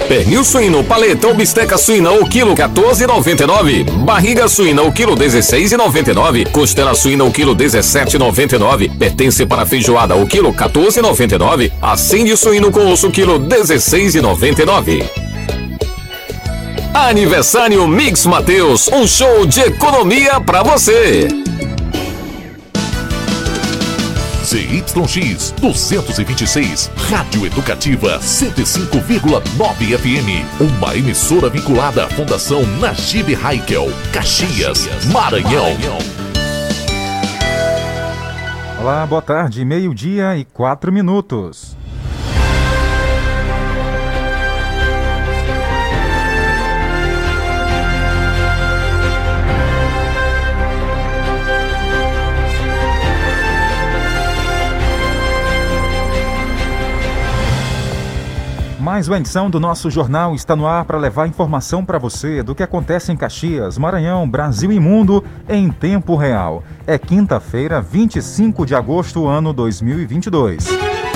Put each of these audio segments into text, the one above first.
Pernil suíno, paleta ou bisteca suína, o quilo 14,99. Barriga suína, o quilo 16,99. Costela suína, o quilo 17,99. Pertence para feijoada, o quilo 14,99. Acende suíno com osso, quilo 16,99. Aniversário Mix Mateus, um show de economia pra você. ZYX 226, Rádio Educativa 105,9 FM. Uma emissora vinculada à Fundação Najib Haikel, Caxias, Maranhão. Olá, boa tarde, 12:04. Mais uma edição do nosso jornal está no ar para levar informação para você do que acontece em Caxias, Maranhão, Brasil e mundo em tempo real. É quinta-feira, 25 de agosto, ano 2022.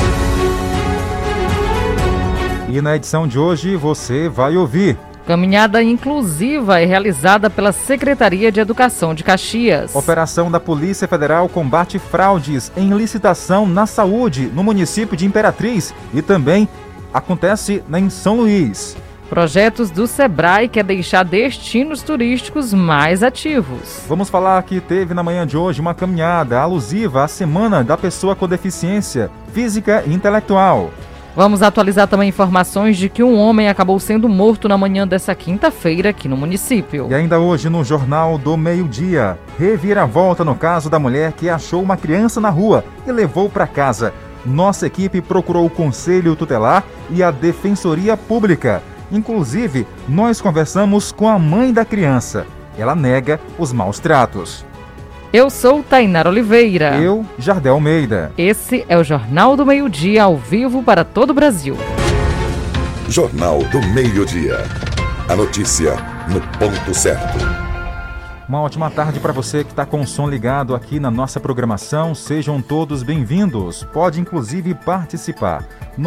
E na edição de hoje você vai ouvir: caminhada inclusiva é realizada pela Secretaria de Educação de Caxias. Operação da Polícia Federal combate fraudes em licitação na saúde no município de Imperatriz e também acontece em São Luís. Projetos do Sebrae quer deixar destinos turísticos mais ativos. Vamos falar que teve na manhã de hoje uma caminhada alusiva à Semana da Pessoa com Deficiência Física e Intelectual. Vamos atualizar também informações de que um homem acabou sendo morto na manhã dessa quinta-feira aqui no município. E ainda hoje no Jornal do Meio-Dia, reviravolta no caso da mulher que achou uma criança na rua e levou para casa. Nossa equipe procurou o Conselho Tutelar e a Defensoria Pública. Inclusive, nós conversamos com a mãe da criança. Ela nega os maus tratos. Eu sou Tainara Oliveira. Eu, Jardel Almeida. Esse é o Jornal do Meio-Dia, ao vivo para todo o Brasil. Jornal do Meio-Dia. A notícia no ponto certo. Uma ótima tarde para você que está com o som ligado aqui na nossa programação. Sejam todos bem-vindos. Pode inclusive participar.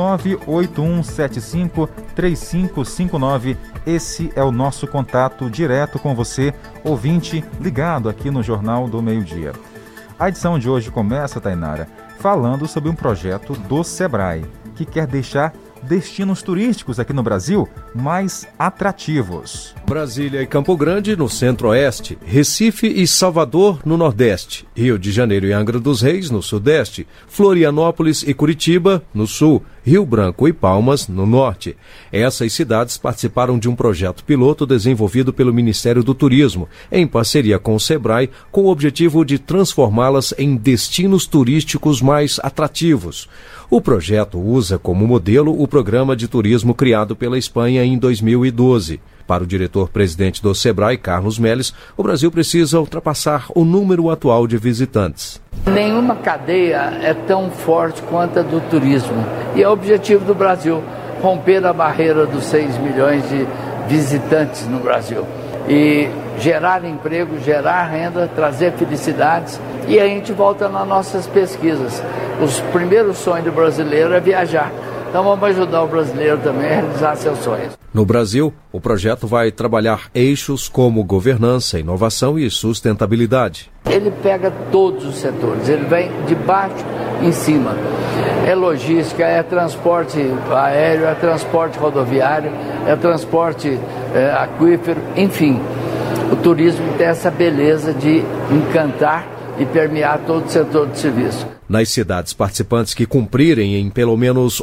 981753559. Esse é o nosso contato direto com você, ouvinte ligado aqui no Jornal do Meio-Dia. A edição de hoje começa, Tainara, falando sobre um projeto do Sebrae, que quer deixar destinos turísticos aqui no Brasil mais atrativos. Brasília e Campo Grande no centro-oeste, Recife e Salvador no nordeste, Rio de Janeiro e Angra dos Reis no sudeste, Florianópolis e Curitiba no sul, Rio Branco e Palmas no norte. Essas cidades participaram de um projeto piloto desenvolvido pelo Ministério do Turismo, em parceria com o Sebrae, com o objetivo de transformá-las em destinos turísticos mais atrativos. O projeto usa como modelo o programa de turismo criado pela Espanha em 2012. Para o diretor-presidente do Sebrae, Carlos Melles, o Brasil precisa ultrapassar o número atual de visitantes. Nenhuma cadeia é tão forte quanto a do turismo. E é o objetivo do Brasil, romper a barreira dos 6 milhões de visitantes no Brasil. E gerar emprego, gerar renda, trazer felicidades. E a gente volta nas nossas pesquisas. Os primeiros sonhos do brasileiro é viajar. Então vamos ajudar o brasileiro também a realizar seus sonhos. No Brasil, o projeto vai trabalhar eixos como governança, inovação e sustentabilidade. Ele pega todos os setores, ele vem de baixo em cima. É logística, é transporte aéreo, é transporte rodoviário, é transporte aquífero, enfim. O turismo tem essa beleza de encantar e permear todo o setor de serviço. Nas cidades participantes que cumprirem em pelo menos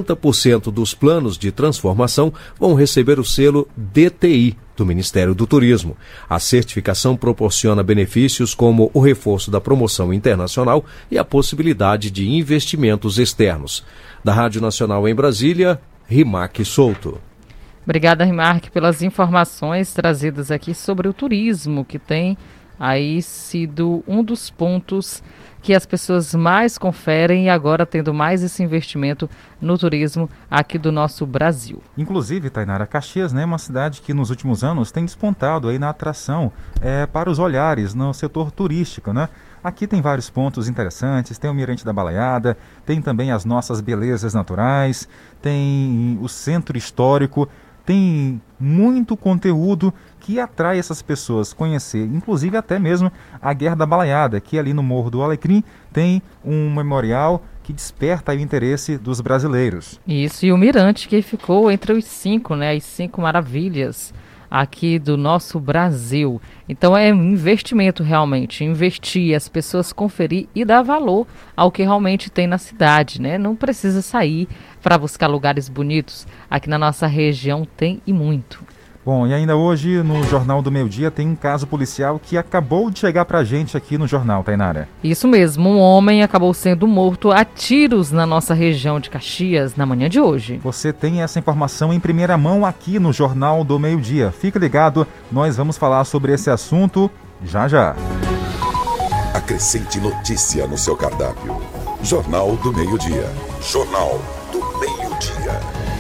80% dos planos de transformação vão receber o selo DTI do Ministério do Turismo. A certificação proporciona benefícios como o reforço da promoção internacional e a possibilidade de investimentos externos. Da Rádio Nacional em Brasília, Rimac Souto. Obrigada, Rimac, pelas informações trazidas aqui sobre o turismo, que tem aí sido um dos pontos que as pessoas mais conferem e agora tendo mais esse investimento no turismo aqui do nosso Brasil. Inclusive, Tainara, Caxias, né, é uma cidade que nos últimos anos tem despontado aí na atração para os olhares no setor turístico, né? Aqui tem vários pontos interessantes, tem o Mirante da Balaiada, tem também as nossas belezas naturais, tem o centro histórico. tem muito conteúdo que atrai essas pessoas a conhecer, inclusive até mesmo a Guerra da Balaiada, que ali no Morro do Alecrim tem um memorial que desperta o interesse dos brasileiros. Isso, e o Mirante, que ficou entre os 5, né, as 5 maravilhas aqui do nosso Brasil. Então é um investimento realmente, investir, as pessoas conferir e dar valor ao que realmente tem na cidade, né? Não precisa sair para buscar lugares bonitos, aqui na nossa região tem e muito. Bom, e ainda hoje no Jornal do Meio Dia tem um caso policial que acabou de chegar pra gente aqui no jornal, Tainara. Isso mesmo, um homem acabou sendo morto a tiros na nossa região de Caxias na manhã de hoje. Você tem essa informação em primeira mão aqui no Jornal do Meio Dia. Fique ligado, nós vamos falar sobre esse assunto já já. Acrescente notícia no seu cardápio. Jornal do Meio Dia. Jornal do Meio Dia.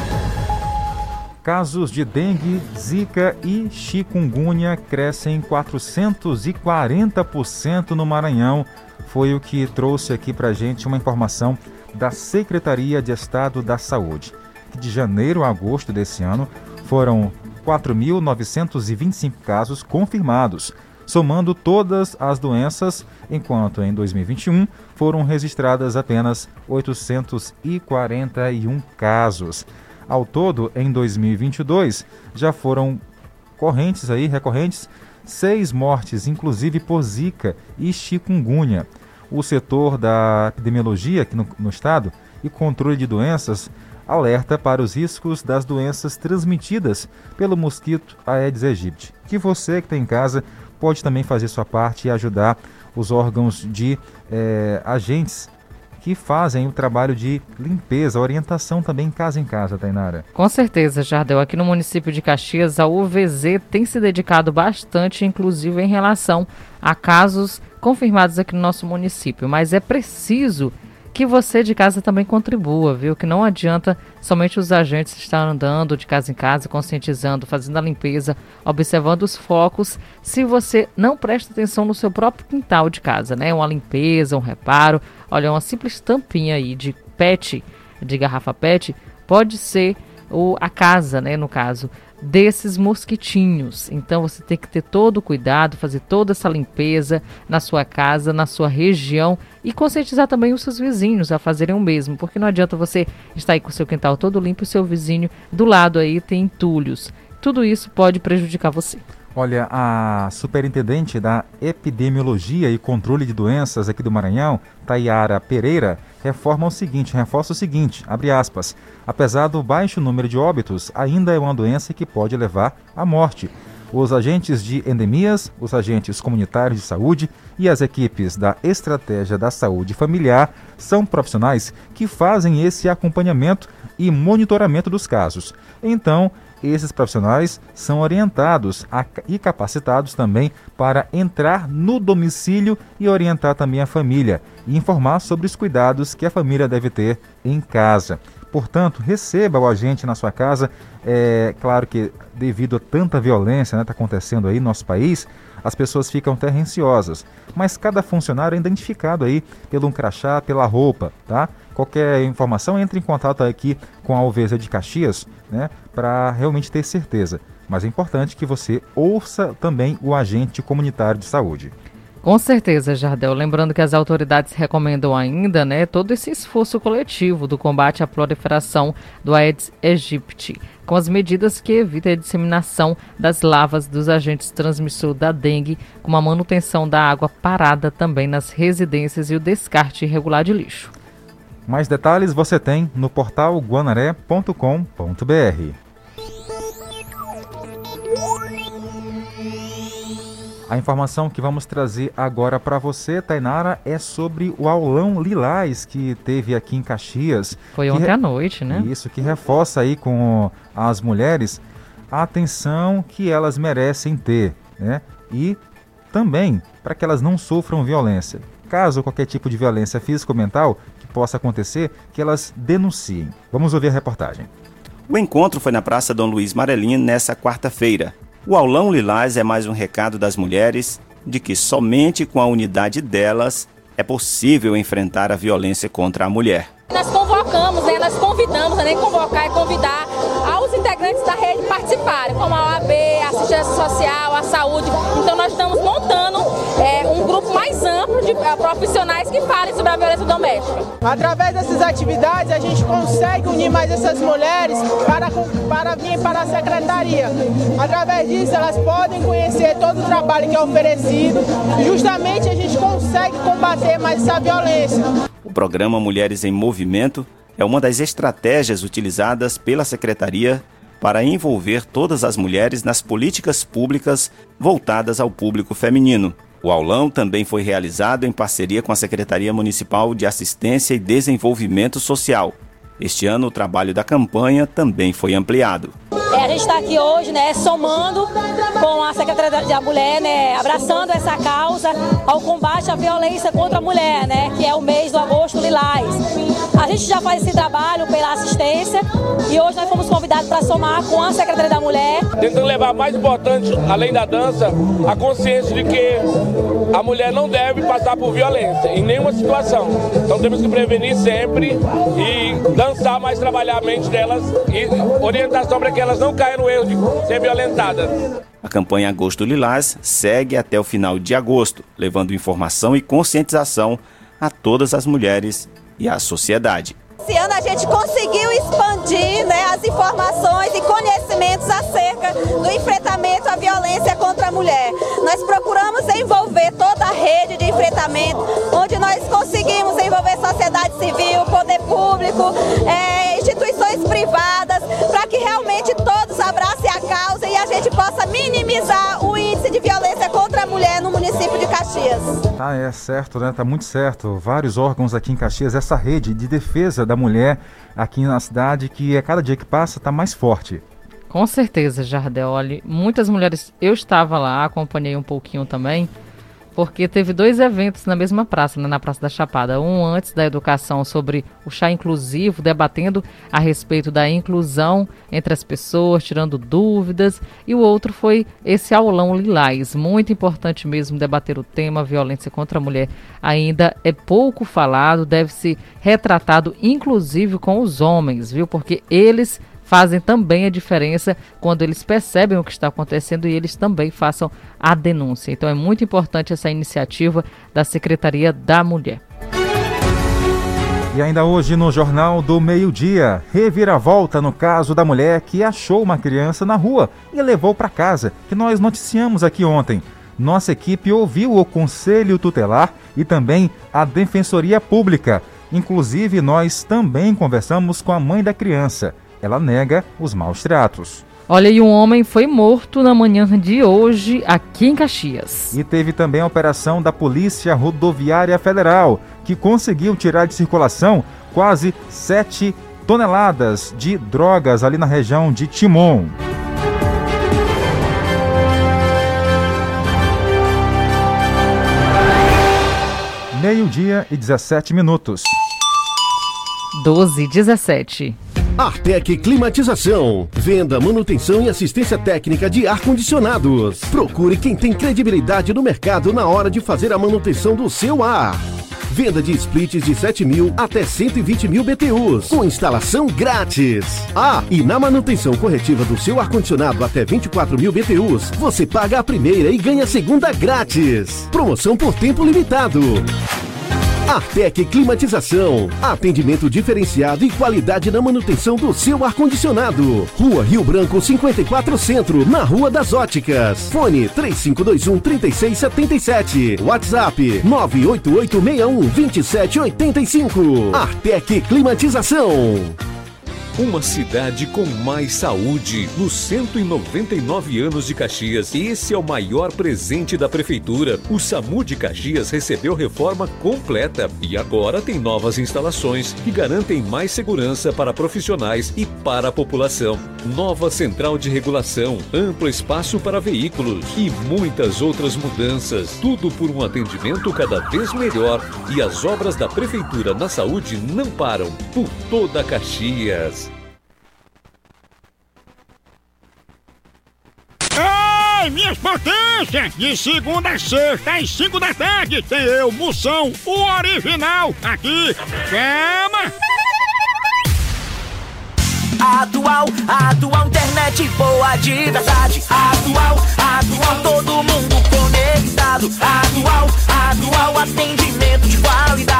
Casos de dengue, zika e chikungunya crescem 440% no Maranhão. Foi o que trouxe aqui pra gente uma informação da Secretaria de Estado da Saúde. De janeiro a agosto desse ano foram 4.925 casos confirmados, somando todas as doenças, enquanto em 2021 foram registradas apenas 841 casos. Ao todo, em 2022, já foram recorrentes 6 mortes, inclusive por zika e chikungunya. O setor da epidemiologia aqui no estado e controle de doenças alerta para os riscos das doenças transmitidas pelo mosquito Aedes aegypti, que você que está em casa pode também fazer sua parte e ajudar os órgãos de agentes que fazem o trabalho de limpeza, orientação também casa em casa, Tainara. Com certeza, Jardel. Aqui no município de Caxias, a UVZ tem se dedicado bastante, inclusive em relação a casos confirmados aqui no nosso município. Mas é preciso que você de casa também contribua, viu? Que não adianta somente os agentes estar andando de casa em casa, conscientizando, fazendo a limpeza, observando os focos, se você não presta atenção no seu próprio quintal de casa, né? Uma limpeza, um reparo. Olha, uma simples tampinha aí de PET, de garrafa PET, pode ser a casa, né? No caso desses mosquitinhos. Então você tem que ter todo o cuidado, fazer toda essa limpeza na sua casa, na sua região e conscientizar também os seus vizinhos a fazerem o mesmo, porque não adianta você estar aí com o seu quintal todo limpo e o seu vizinho do lado aí tem entulhos. Tudo isso pode prejudicar você. Olha, a superintendente da Epidemiologia e Controle de Doenças aqui do Maranhão, Tayara Pereira, reforça o seguinte, abre aspas, apesar do baixo número de óbitos, ainda é uma doença que pode levar à morte. Os agentes de endemias, os agentes comunitários de saúde e as equipes da Estratégia da Saúde Familiar são profissionais que fazem esse acompanhamento e monitoramento dos casos. Então, esses profissionais são orientados e capacitados também para entrar no domicílio e orientar também a família e informar sobre os cuidados que a família deve ter em casa. Portanto, receba o agente na sua casa. É claro que devido a tanta violência que está acontecendo aí no nosso país, as pessoas ficam até receosas. Mas cada funcionário é identificado aí pelo um crachá, pela roupa, tá? Qualquer informação, entre em contato aqui com a UVZ de Caxias, né, para realmente ter certeza. Mas é importante que você ouça também o agente comunitário de saúde. Com certeza, Jardel. Lembrando que as autoridades recomendam ainda, né, todo esse esforço coletivo do combate à proliferação do Aedes aegypti, com as medidas que evitam a disseminação das larvas dos agentes transmissores da dengue, como a manutenção da água parada também nas residências e o descarte irregular de lixo. Mais detalhes você tem no portal guanaré.com.br. A informação que vamos trazer agora para você, Tainara, é sobre o aulão Lilás que teve aqui em Caxias. Foi ontem à noite, né? Isso, que reforça aí com as mulheres a atenção que elas merecem ter, né? E também para que elas não sofram violência. Caso qualquer tipo de violência física ou mental que possa acontecer, que elas denunciem. Vamos ouvir a reportagem. O encontro foi na Praça Dom Luiz Marelinha nessa quarta-feira. O aulão Lilás é mais um recado das mulheres de que somente com a unidade delas é possível enfrentar a violência contra a mulher. Nós convocamos, nós convidamos, nem convocar e convidar aos integrantes da rede participar profissionais que falem sobre a violência doméstica. Através dessas atividades, a gente consegue unir mais essas mulheres para vir para a secretaria. Através disso, elas podem conhecer todo o trabalho que é oferecido e justamente a gente consegue combater mais essa violência. O programa Mulheres em Movimento é uma das estratégias utilizadas pela Secretaria para envolver todas as mulheres nas políticas públicas voltadas ao público feminino. O aulão também foi realizado em parceria com a Secretaria Municipal de Assistência e Desenvolvimento Social. Este ano, o trabalho da campanha também foi ampliado. A gente está aqui hoje, somando com a Secretaria da Mulher, abraçando essa causa ao combate à violência contra a mulher, que é o mês do Agosto Lilás. A gente já faz esse trabalho pela assistência e hoje nós fomos convidados para somar com a Secretaria da Mulher. Tentando levar mais importante, além da dança, a consciência de que a mulher não deve passar por violência em nenhuma situação. Então temos que prevenir sempre e dançar, mais trabalhar a mente delas e orientação para que elas não caiam no erro de ser violentadas. A campanha Agosto Lilás segue até o final de agosto, levando informação e conscientização a todas as mulheres e à sociedade. Esse ano a gente conseguiu expandir as informações e conhecimentos acerca do enfrentamento à violência contra a mulher. Nós procuramos envolver toda a rede de enfrentamento, onde nós conseguimos envolver sociedade civil, poder público, instituições privadas, para que realmente todos abracem a causa e a gente possa minimizar o índice de violência contra a mulher no município de Caxias. É certo, Tá muito certo. Vários órgãos aqui em Caxias, essa rede de defesa da mulher aqui na cidade, que a cada dia que passa está mais forte. Com certeza, Jardel. Olha, muitas mulheres, eu estava lá, acompanhei um pouquinho também, porque teve 2 eventos na mesma praça, na Praça da Chapada. Um antes da educação sobre o chá inclusivo, debatendo a respeito da inclusão entre as pessoas, tirando dúvidas. E o outro foi esse aulão Lilás. Muito importante mesmo debater o tema, violência contra a mulher. Ainda é pouco falado, deve ser retratado inclusive com os homens, viu? Porque eles fazem também a diferença quando eles percebem o que está acontecendo e eles também façam a denúncia. Então é muito importante essa iniciativa da Secretaria da Mulher. E ainda hoje no Jornal do Meio-Dia, reviravolta no caso da mulher que achou uma criança na rua e levou para casa, que nós noticiamos aqui ontem. Nossa equipe ouviu o Conselho Tutelar e também a Defensoria Pública. Inclusive, nós também conversamos com a mãe da criança. Ela nega os maus tratos. Olha, e um homem foi morto na manhã de hoje aqui em Caxias. E teve também a operação da Polícia Rodoviária Federal, que conseguiu tirar de circulação quase 7 toneladas de drogas ali na região de Timon. Meio-dia e 17 minutos. 12h17. Artec Climatização. Venda, manutenção e assistência técnica de ar-condicionados. Procure quem tem credibilidade no mercado na hora de fazer a manutenção do seu ar. Venda de splits de 7.000 até 120.000 BTUs, com instalação grátis. E na manutenção corretiva do seu ar-condicionado até 24.000 BTUs, você paga a primeira e ganha a segunda grátis. Promoção por tempo limitado. Artec Climatização. Atendimento diferenciado e qualidade na manutenção do seu ar-condicionado. Rua Rio Branco 54 Centro, na Rua das Óticas. Fone 3521-3677. WhatsApp 98861-2785. Artec Climatização. Uma cidade com mais saúde. Nos 199 anos de Caxias, esse é o maior presente da Prefeitura. O SAMU de Caxias recebeu reforma completa e agora tem novas instalações que garantem mais segurança para profissionais e para a população. Nova central de regulação, amplo espaço para veículos e muitas outras mudanças. Tudo por um atendimento cada vez melhor. E as obras da Prefeitura na saúde não param por toda Caxias. Ei, minhas potências! De segunda a sexta, às 5 da tarde, tem eu, Moção, o original, aqui. Chama! Atual internet boa de verdade. Atual, todo mundo conectado. Atual atendimento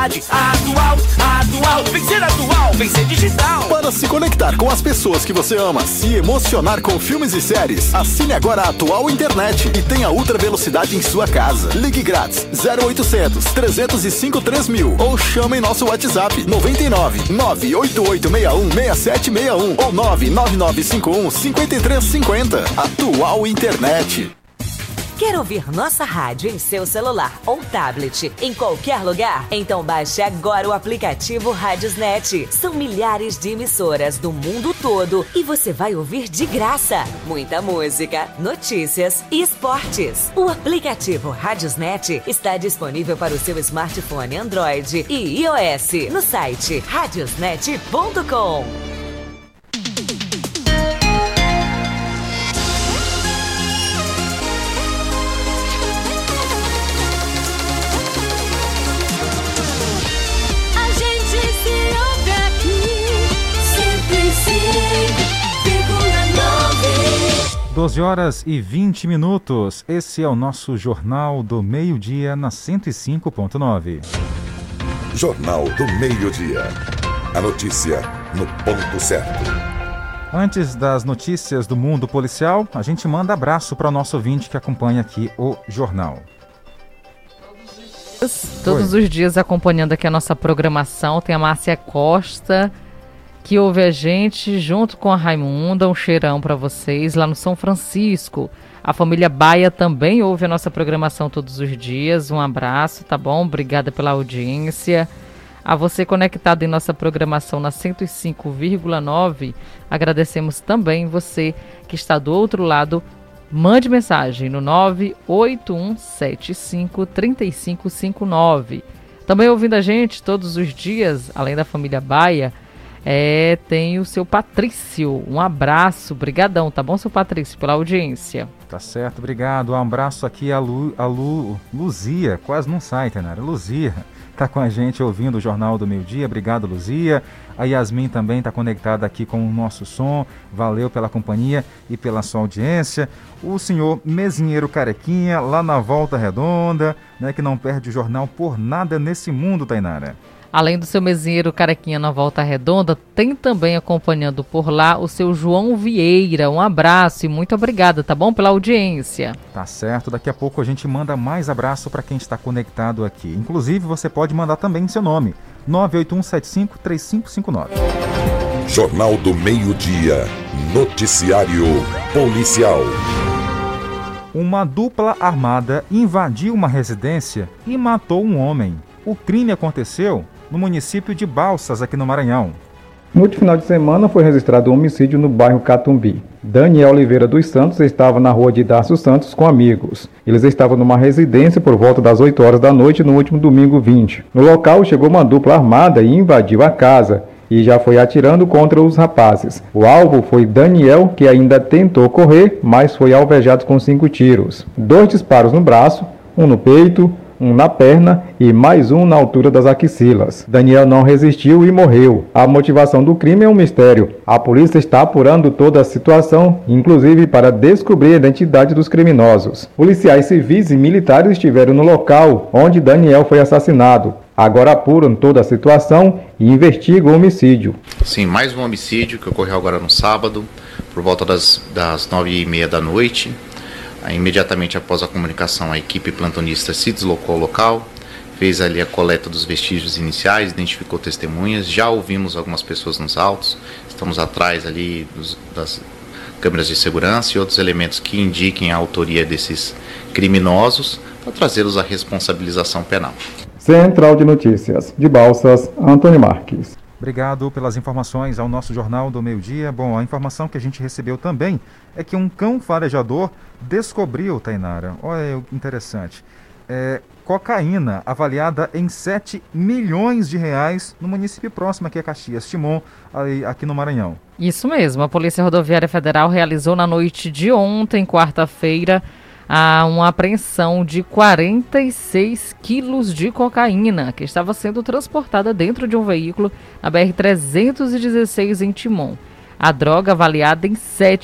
verdade. Atual, vencer atual, vencer digital. Para se conectar com as pessoas que você ama, se emocionar com filmes e séries, assine agora a Atual Internet e tenha ultra velocidade em sua casa. Ligue grátis 0800 305 3000 ou chame em nosso WhatsApp 99 98861 6761 ou 99951 5350. Atual Internet. Quer ouvir nossa rádio em seu celular ou tablet, em qualquer lugar? Então baixe agora o aplicativo Radiosnet. São milhares de emissoras do mundo todo e você vai ouvir de graça muita música, notícias e esportes. O aplicativo Radiosnet está disponível para o seu smartphone Android e iOS no site radiosnet.com. Doze horas e 20 minutos. Esse é o nosso Jornal do Meio-Dia na 105.9. Jornal do Meio-Dia. A notícia no ponto certo. Antes das notícias do mundo policial, a gente manda abraço para o nosso ouvinte que acompanha aqui o jornal. Todos os dias acompanhando aqui a nossa programação, tem a Márcia Costa, que ouve a gente junto com a Raimunda. Um cheirão para vocês lá no São Francisco. A família Baia também ouve a nossa programação todos os dias. Um abraço, tá bom? Obrigada pela audiência. A você conectado em nossa programação na 105,9, agradecemos também você que está do outro lado. Mande mensagem no 981753559. Também ouvindo a gente todos os dias, além da família Baia, tem o seu Patrício. Um abraço, brigadão, tá bom, seu Patrício, pela audiência. Tá certo, obrigado. Um abraço aqui a Luzia, quase não sai, Tainara. Luzia tá com a gente ouvindo o Jornal do Meio-Dia. Obrigado, Luzia. A Yasmin também está conectada aqui com o nosso som. Valeu pela companhia e pela sua audiência. O senhor Mezinheiro Carequinha, lá na Volta Redonda, né, que não perde o jornal por nada nesse mundo, Tainara. Além do seu Mezinheiro Carequinha na Volta Redonda, tem também acompanhando por lá o seu João Vieira. Um abraço e muito obrigada, tá bom? Pela audiência. Tá certo, daqui a pouco a gente manda mais abraço para quem está conectado aqui. Inclusive, você pode mandar também seu nome, 981753559. Jornal do Meio-Dia, noticiário policial. Uma dupla armada invadiu uma residência e matou um homem. O crime aconteceu no município de Balsas, aqui no Maranhão. No último final de semana foi registrado um homicídio no bairro Catumbi. Daniel Oliveira dos Santos estava na rua de Darcio Santos com amigos. Eles estavam numa residência por volta das 8 horas da noite no último domingo 20. No local chegou uma dupla armada e invadiu a casa e já foi atirando contra os rapazes. O alvo foi Daniel, que ainda tentou correr, mas foi alvejado com 5 tiros. 2 disparos no braço, um no peito, um na perna e mais um na altura das axilas. Daniel não resistiu e morreu. A motivação do crime é um mistério. A polícia está apurando toda a situação, inclusive para descobrir a identidade dos criminosos. Policiais civis e militares estiveram no local onde Daniel foi assassinado. Agora apuram toda a situação e investigam o homicídio. Sim, mais um homicídio que ocorreu agora no sábado, por volta das 9h30 da noite. Imediatamente após a comunicação, a equipe plantonista se deslocou ao local, fez ali a coleta dos vestígios iniciais, identificou testemunhas, já ouvimos algumas pessoas nos autos, estamos atrás ali das câmeras de segurança e outros elementos que indiquem a autoria desses criminosos para trazê-los à responsabilização penal. Central de Notícias, de Balsas, Antônio Marques. Obrigado pelas informações ao nosso Jornal do Meio-Dia. Bom, a informação que a gente recebeu também é que um cão farejador descobriu, Tainara, olha que interessante, cocaína avaliada em 7 milhões de reais no município próximo aqui a Caxias, Timon, aqui no Maranhão. Isso mesmo, a Polícia Rodoviária Federal realizou na noite de ontem, quarta-feira, uma apreensão de 46 quilos de cocaína que estava sendo transportada dentro de um veículo na BR-316 em Timon. A droga, avaliada em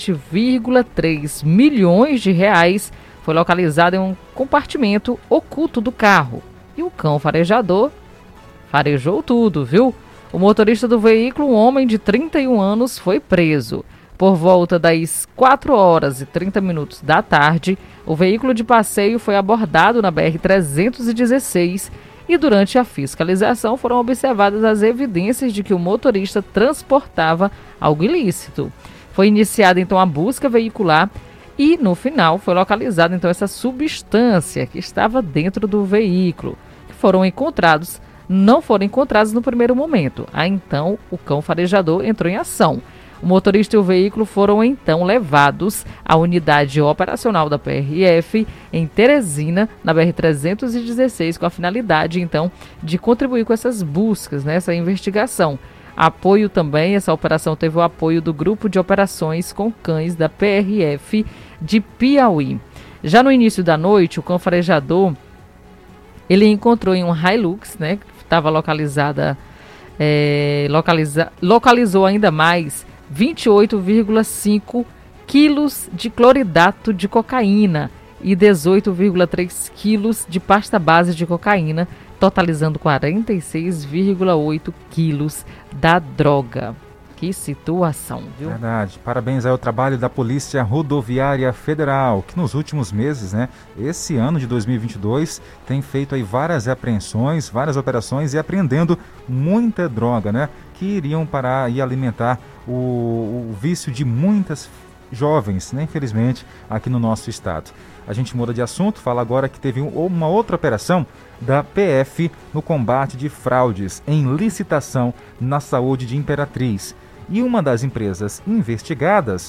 7,3 milhões de reais, foi localizada em um compartimento oculto do carro. E o cão farejador farejou tudo, viu? O motorista do veículo, um homem de 31 anos, foi preso. Por volta das 4h30 da tarde, o veículo de passeio foi abordado na BR-316 e durante a fiscalização foram observadas as evidências de que o motorista transportava algo ilícito. Foi iniciada então a busca veicular e no final foi localizada então essa substância que estava dentro do veículo, que não foram encontrados no primeiro momento. Aí então o cão farejador entrou em ação. O motorista e o veículo foram então levados à unidade operacional da PRF em Teresina, na BR-316, com a finalidade então de contribuir com essas buscas, essa investigação. Apoio também, essa operação teve o apoio do Grupo de Operações com Cães da PRF de Piauí. Já no início da noite, o cão farejador, ele encontrou em um Hilux, que estava localizou ainda mais 28,5 quilos de cloridato de cocaína e 18,3 quilos de pasta base de cocaína, totalizando 46,8 quilos da droga. Que situação, viu? Verdade. Parabéns ao trabalho da Polícia Rodoviária Federal, que nos últimos meses, esse ano de 2022, tem feito aí várias apreensões, várias operações e apreendendo muita droga, que iriam parar e alimentar o vício de muitas jovens, infelizmente, aqui no nosso estado. A gente muda de assunto, fala agora que teve uma outra operação da PF no combate de fraudes em licitação na saúde de Imperatriz. E uma das empresas investigadas,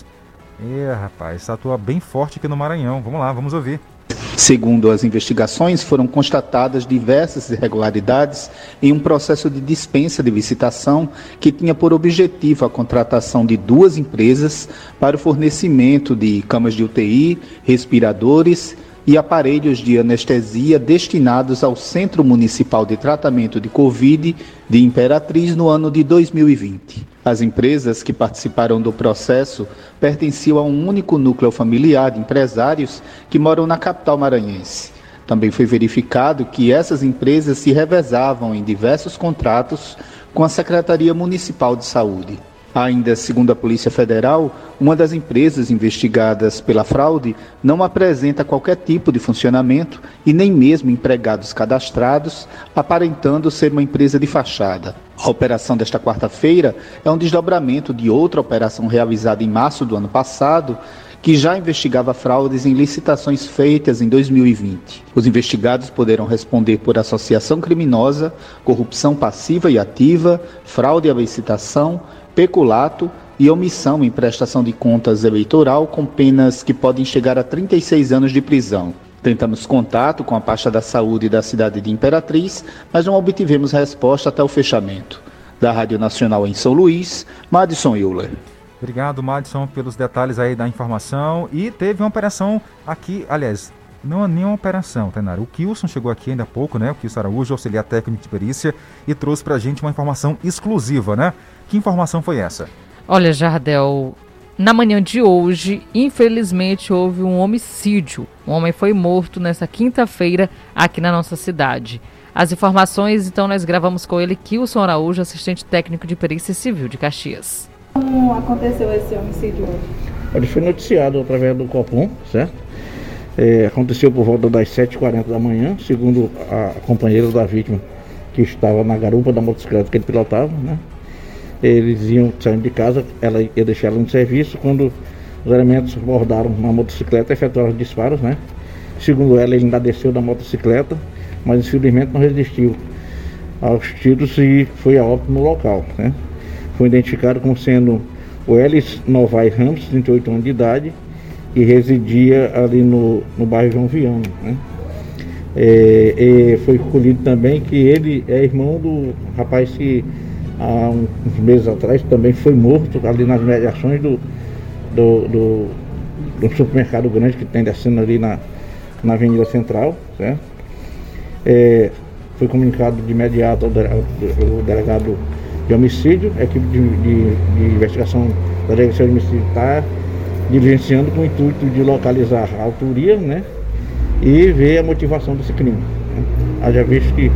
atua bem forte aqui no Maranhão. Vamos lá, vamos ouvir. Segundo as investigações, foram constatadas diversas irregularidades em um processo de dispensa de licitação que tinha por objetivo a contratação de 2 empresas para o fornecimento de camas de UTI, respiradores e aparelhos de anestesia destinados ao Centro Municipal de Tratamento de Covid de Imperatriz no ano de 2020. As empresas que participaram do processo pertenciam a um único núcleo familiar de empresários que moram na capital maranhense. Também foi verificado que essas empresas se revezavam em diversos contratos com a Secretaria Municipal de Saúde. Ainda segundo a Polícia Federal, uma das empresas investigadas pela fraude não apresenta qualquer tipo de funcionamento e nem mesmo empregados cadastrados, aparentando ser uma empresa de fachada. A operação desta quarta-feira é um desdobramento de outra operação realizada em março do ano passado, que já investigava fraudes em licitações feitas em 2020. Os investigados poderão responder por associação criminosa, corrupção passiva e ativa, fraude à licitação, peculato e omissão em prestação de contas eleitoral, com penas que podem chegar a 36 anos de prisão. Tentamos contato com a pasta da saúde da cidade de Imperatriz, mas não obtivemos resposta até o fechamento. Da Rádio Nacional em São Luís, Madison Euler. Obrigado, Madison, pelos detalhes aí da informação. E teve uma operação aqui, aliás, não é nenhuma operação, Tainara. O Kilson chegou aqui ainda há pouco, o Kilson Araújo, auxiliar técnico de perícia, e trouxe pra gente uma informação exclusiva, Que informação foi essa? Olha, Jardel, na manhã de hoje, infelizmente, houve um homicídio. Um homem foi morto nessa quinta-feira aqui na nossa cidade. As informações, então, nós gravamos com ele, Kilson Araújo, assistente técnico de perícia civil de Caxias. Como aconteceu esse homicídio hoje? Ele foi noticiado através do Copom, certo? Aconteceu por volta das 7h40 da manhã, segundo a companheira da vítima, que estava na garupa da motocicleta que ele pilotava, Eles iam saindo de casa, ela ia deixar ela no serviço, quando os elementos abordaram uma motocicleta e efetuaram os disparos, Segundo ela, ele ainda desceu da motocicleta, mas infelizmente não resistiu aos tiros e foi a óbito no local, Foi identificado como sendo o Elis Novai Ramos, 38 anos de idade, que residia ali no bairro João Viana, foi colhido também que ele é irmão do rapaz que há uns meses atrás também foi morto ali nas mediações do supermercado grande que tem descendo ali na Avenida Central, certo? Foi comunicado de imediato ao delegado de homicídio, a equipe de investigação da Delegacia de Homicídio está diligenciando com o intuito de localizar a autoria, e ver a motivação desse crime. Haja visto que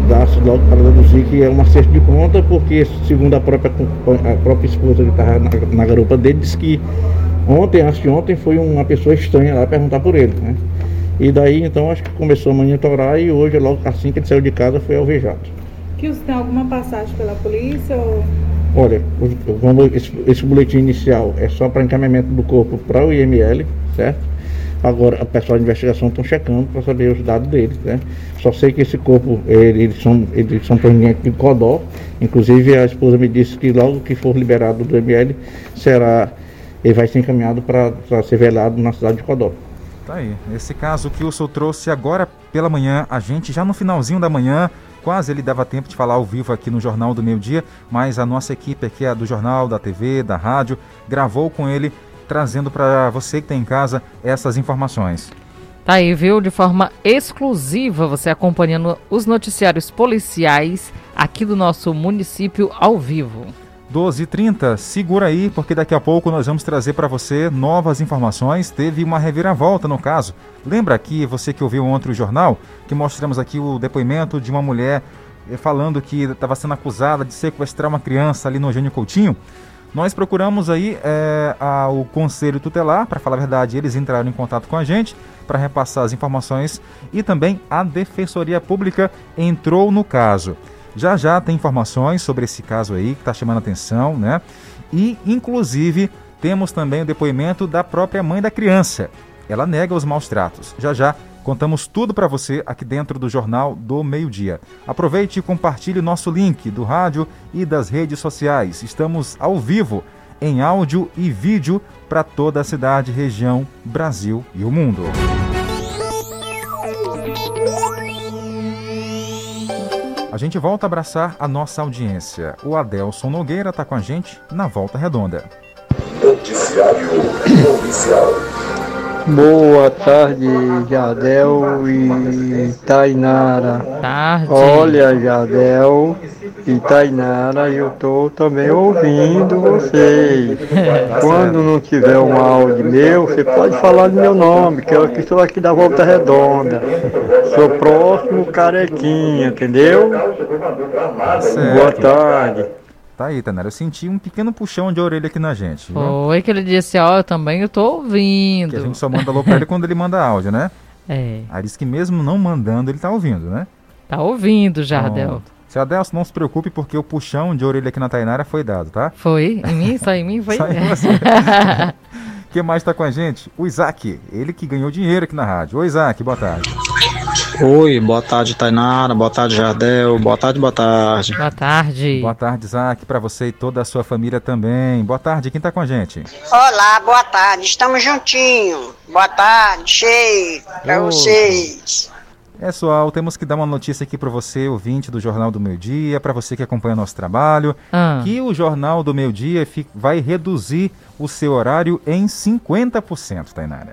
ajudasse logo para deduzir que é um acerto de conta, porque segundo a própria esposa que estava na garupa dele, disse que antes de ontem foi uma pessoa estranha lá perguntar por ele, né? E daí então acho que começou a monitorar e hoje, logo assim que ele saiu de casa, foi alvejado. Que você tem alguma passagem pela polícia ou... Olha, esse boletim inicial é só para encaminhamento do corpo para o IML, certo? Agora, o pessoal de investigação estão checando para saber os dados deles, né? Só sei que esse corpo, eles são provenientes de Codó. Inclusive, a esposa me disse que logo que for liberado do IML, ele vai ser encaminhado para ser velado na cidade de Codó. Tá aí. Esse caso que o senhor trouxe agora pela manhã, a gente já no finalzinho da manhã, quase ele dava tempo de falar ao vivo aqui no Jornal do Meio Dia, mas a nossa equipe aqui, a do jornal, da TV, da rádio, gravou com ele, trazendo para você que está em casa essas informações. Tá aí, viu? De forma exclusiva, você acompanhando os noticiários policiais aqui do nosso município ao vivo. 12h30, segura aí, porque daqui a pouco nós vamos trazer para você novas informações. Teve uma reviravolta no caso. Lembra aqui, você que ouviu ontem o jornal, que mostramos aqui o depoimento de uma mulher falando que estava sendo acusada de sequestrar uma criança ali no Eugênio Coutinho? Nós procuramos aí o Conselho Tutelar, para falar a verdade, eles entraram em contato com a gente para repassar as informações e também a Defensoria Pública entrou no caso. Já tem informações sobre esse caso aí que está chamando a atenção, né? E, inclusive, temos também o depoimento da própria mãe da criança. Ela nega os maus tratos. Já contamos tudo para você aqui dentro do Jornal do Meio Dia. Aproveite e compartilhe o nosso link do rádio e das redes sociais. Estamos ao vivo, em áudio e vídeo, para toda a cidade, região, Brasil e o mundo. A gente volta a abraçar a nossa audiência. O Adelson Nogueira está com a gente na Volta Redonda. Noticiário Policial. Boa tarde, Jardel e Tainara. Tarde. Olha, Jardel e Tainara, eu estou também ouvindo vocês. Quando não tiver um áudio meu, você pode falar do meu nome, que eu que estou aqui da Volta Redonda. Sou próximo Carequinha, entendeu? Certo. Boa tarde. Tá aí, Tainara, eu senti um pequeno puxão de orelha aqui na gente. Foi que ele disse, eu também estou ouvindo. Que a gente só manda alô pra ele quando ele manda áudio, né? É. Aí diz que mesmo não mandando, ele tá ouvindo, né? Tá ouvindo, Jardel. Seu Adelson, não se preocupe, porque o puxão de orelha aqui na Tainara foi dado, tá? Foi? Em mim? Só em mim? Foi? Só em você. Quem mais tá com a gente? O Isaac, ele que ganhou dinheiro aqui na rádio. Oi, Isaac, boa tarde. Oi, boa tarde, Tainara, boa tarde, Jardel, boa tarde. Boa tarde. Boa tarde, Isaac, para você e toda a sua família também. Boa tarde, quem tá com a gente? Olá, boa tarde, estamos juntinhos. Boa tarde, cheio para vocês. Pessoal, temos que dar uma notícia aqui para você, ouvinte do Jornal do Meio Dia, para você que acompanha nosso trabalho, que o Jornal do Meio Dia vai reduzir o seu horário em 50%, Tainara.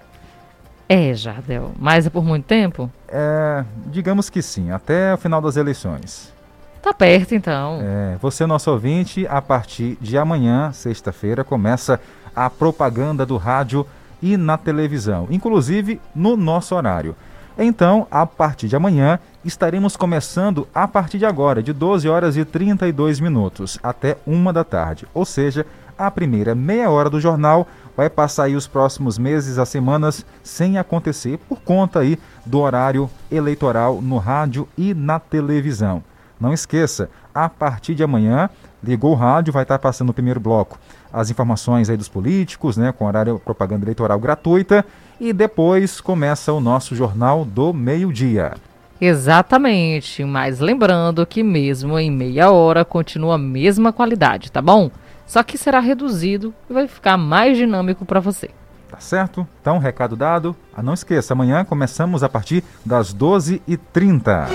Jardel, mas é por muito tempo? Digamos que sim, até o final das eleições. Tá perto, então. Você, nosso ouvinte, a partir de amanhã, sexta-feira, começa a propaganda do rádio e na televisão, inclusive no nosso horário. Então, a partir de amanhã, estaremos começando a partir de agora, de 12 horas e 32 minutos até 1 da tarde. Ou seja, a primeira meia hora do jornal vai passar aí os próximos meses, as semanas, sem acontecer por conta aí do horário eleitoral no rádio e na televisão. Não esqueça, a partir de amanhã, ligou o rádio, vai estar passando no primeiro bloco as informações aí dos políticos, né, com horário propaganda eleitoral gratuita, e depois começa o nosso Jornal do Meio Dia. Exatamente, mas lembrando que mesmo em meia hora continua a mesma qualidade, tá bom? Só que será reduzido e vai ficar mais dinâmico para você. Tá certo? Então, recado dado. Não esqueça, amanhã começamos a partir das 12h30.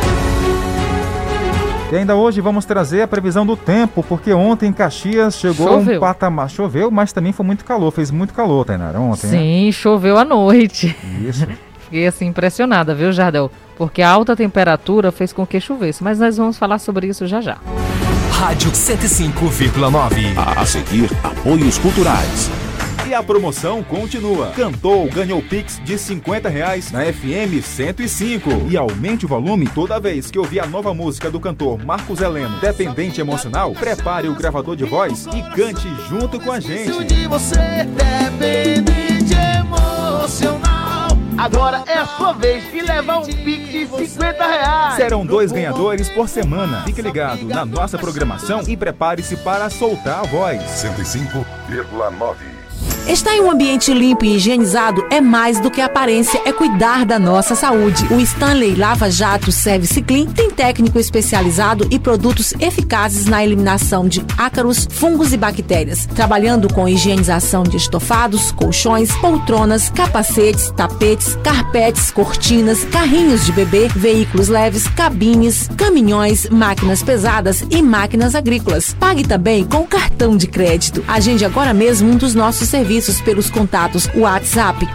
E ainda hoje vamos trazer a previsão do tempo, porque ontem em Caxias chegou um patamar. Choveu, mas também foi muito calor, fez muito calor, Tainara, ontem, Sim, né? Choveu à noite. Isso. Fiquei assim impressionada, viu, Jardel? Porque a alta temperatura fez com que chovesse, mas nós vamos falar sobre isso já já. Rádio 105,9. A seguir, apoios culturais. E a promoção continua. Cantou, ganhou Pix de R$50 na FM 105. E aumente o volume toda vez que ouvir a nova música do cantor Marcos Heleno, Dependente Emocional. Prepare o gravador de voz e cante junto com a gente. De você, dependente emocional. Agora é a sua vez de levar um Pix de R$50. Serão 2 ganhadores por semana. Fique ligado na nossa programação e prepare-se para soltar a voz. 105,9. Estar em um ambiente limpo e higienizado é mais do que aparência, é cuidar da nossa saúde. O Stanley Lava Jato Service Clean tem técnico especializado e produtos eficazes na eliminação de ácaros, fungos e bactérias, trabalhando com higienização de estofados, colchões, poltronas, capacetes, tapetes, carpetes, cortinas, carrinhos de bebê, veículos leves, cabines, caminhões, máquinas pesadas e máquinas agrícolas. Pague também com cartão de crédito. Agende agora mesmo um dos nossos serviços pelos contatos WhatsApp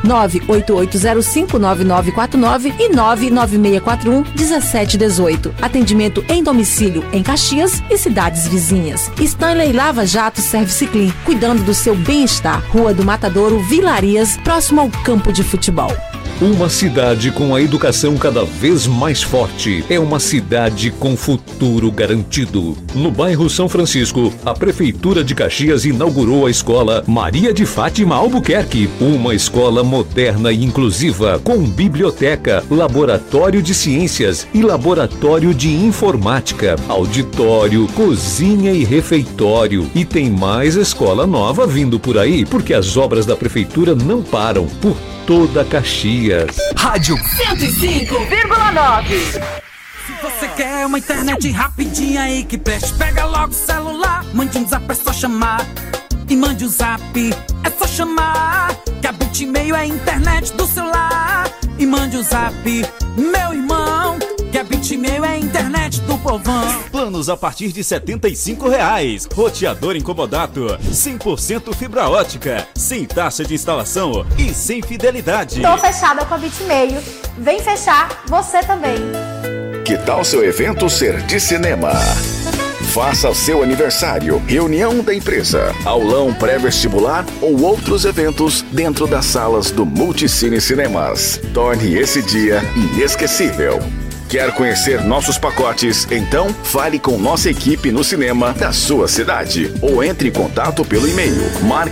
988059949 e 996411718. Atendimento em domicílio em Caxias e cidades vizinhas. Stanley Lava Jato Service Clean, cuidando do seu bem-estar. Rua do Matadouro, Vilarias, próximo ao campo de futebol. Uma cidade com a educação cada vez mais forte é uma cidade com futuro garantido. No bairro São Francisco, a Prefeitura de Caxias inaugurou a escola Maria de Fátima Albuquerque, uma escola moderna e inclusiva, com biblioteca, laboratório de ciências e laboratório de informática, auditório, cozinha e refeitório. E tem mais escola nova vindo por aí, porque as obras da Prefeitura não param por toda Caxias. Rádio 105,9. Se você quer uma internet rapidinha aí que preste, pega logo o celular, mande um zap, é só chamar. E mande um zap, é só chamar. Que a Bitmail é a internet do celular. E mande um zap, meu irmão, que a Bitmail é a internet do povão. Planos a partir de R$75. Roteador incomodato, 100% fibra ótica, sem taxa de instalação e sem fidelidade. Tô fechada com a Bitmail. Vem fechar você também. Que tal seu evento ser de cinema? Faça seu aniversário, reunião da empresa, aulão pré-vestibular ou outros eventos dentro das salas do Multicine Cinemas. Torne esse dia inesquecível. Quer conhecer nossos pacotes? Então fale com nossa equipe no cinema da sua cidade ou entre em contato pelo e-mail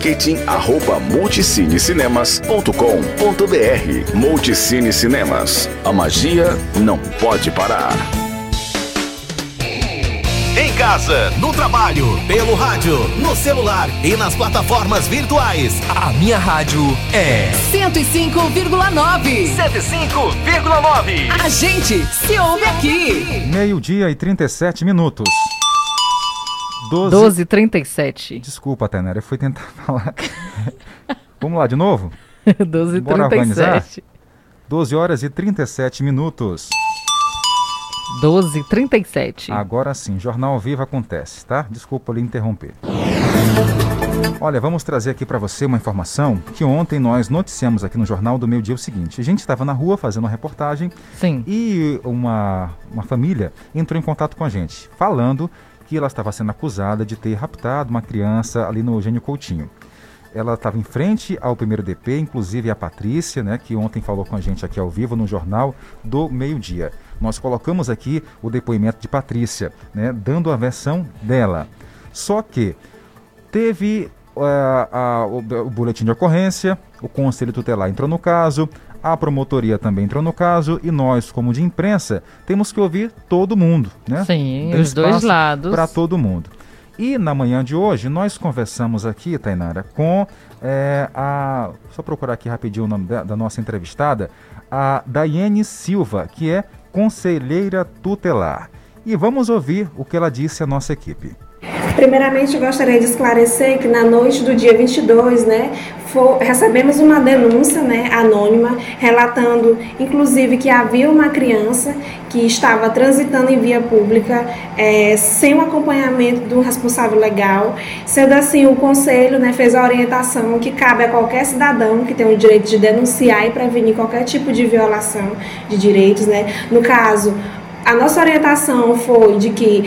marketing@multicinecinemas.com.br. Multicine Cinemas. A magia não pode parar. Em casa, no trabalho, pelo rádio, no celular e nas plataformas virtuais. A minha rádio é 105,9. 105,9. A gente se ouve aqui. 12h e 37 minutos. 12h37. Desculpa, Tainara, eu fui tentar falar. Vamos lá de novo? 12h37. 12h37 minutos. 12h37. Agora sim, Jornal ao Vivo acontece, tá? Desculpa lhe interromper. Olha, vamos trazer aqui para você uma informação que ontem nós noticiamos aqui no Jornal do Meio Dia o seguinte. A gente estava na rua fazendo uma reportagem. Sim. E uma família entrou em contato com a gente, falando que ela estava sendo acusada de ter raptado uma criança ali no Eugênio Coutinho. Ela estava em frente ao primeiro DP, inclusive a Patrícia, né, que ontem falou com a gente aqui ao vivo no Jornal do Meio Dia. Nós colocamos aqui o depoimento de Patrícia, né, dando a versão dela. Só que teve o boletim de ocorrência, o Conselho Tutelar entrou no caso, a promotoria também entrou no caso e nós, como de imprensa, temos que ouvir todo mundo, né? Sim, os dois lados. Para todo mundo. E na manhã de hoje, nós conversamos aqui, Tainara, com só procurar aqui rapidinho o nome da nossa entrevistada, a Daiane Silva, que é conselheira tutelar. E vamos ouvir o que ela disse à nossa equipe. Primeiramente, eu gostaria de esclarecer que na noite do dia 22, recebemos uma denúncia, anônima, relatando, inclusive, que havia uma criança que estava transitando em via pública sem o acompanhamento do responsável legal. Sendo assim, o Conselho fez a orientação que cabe a qualquer cidadão que tem o direito de denunciar e prevenir qualquer tipo de violação de direitos. No caso, a nossa orientação foi de que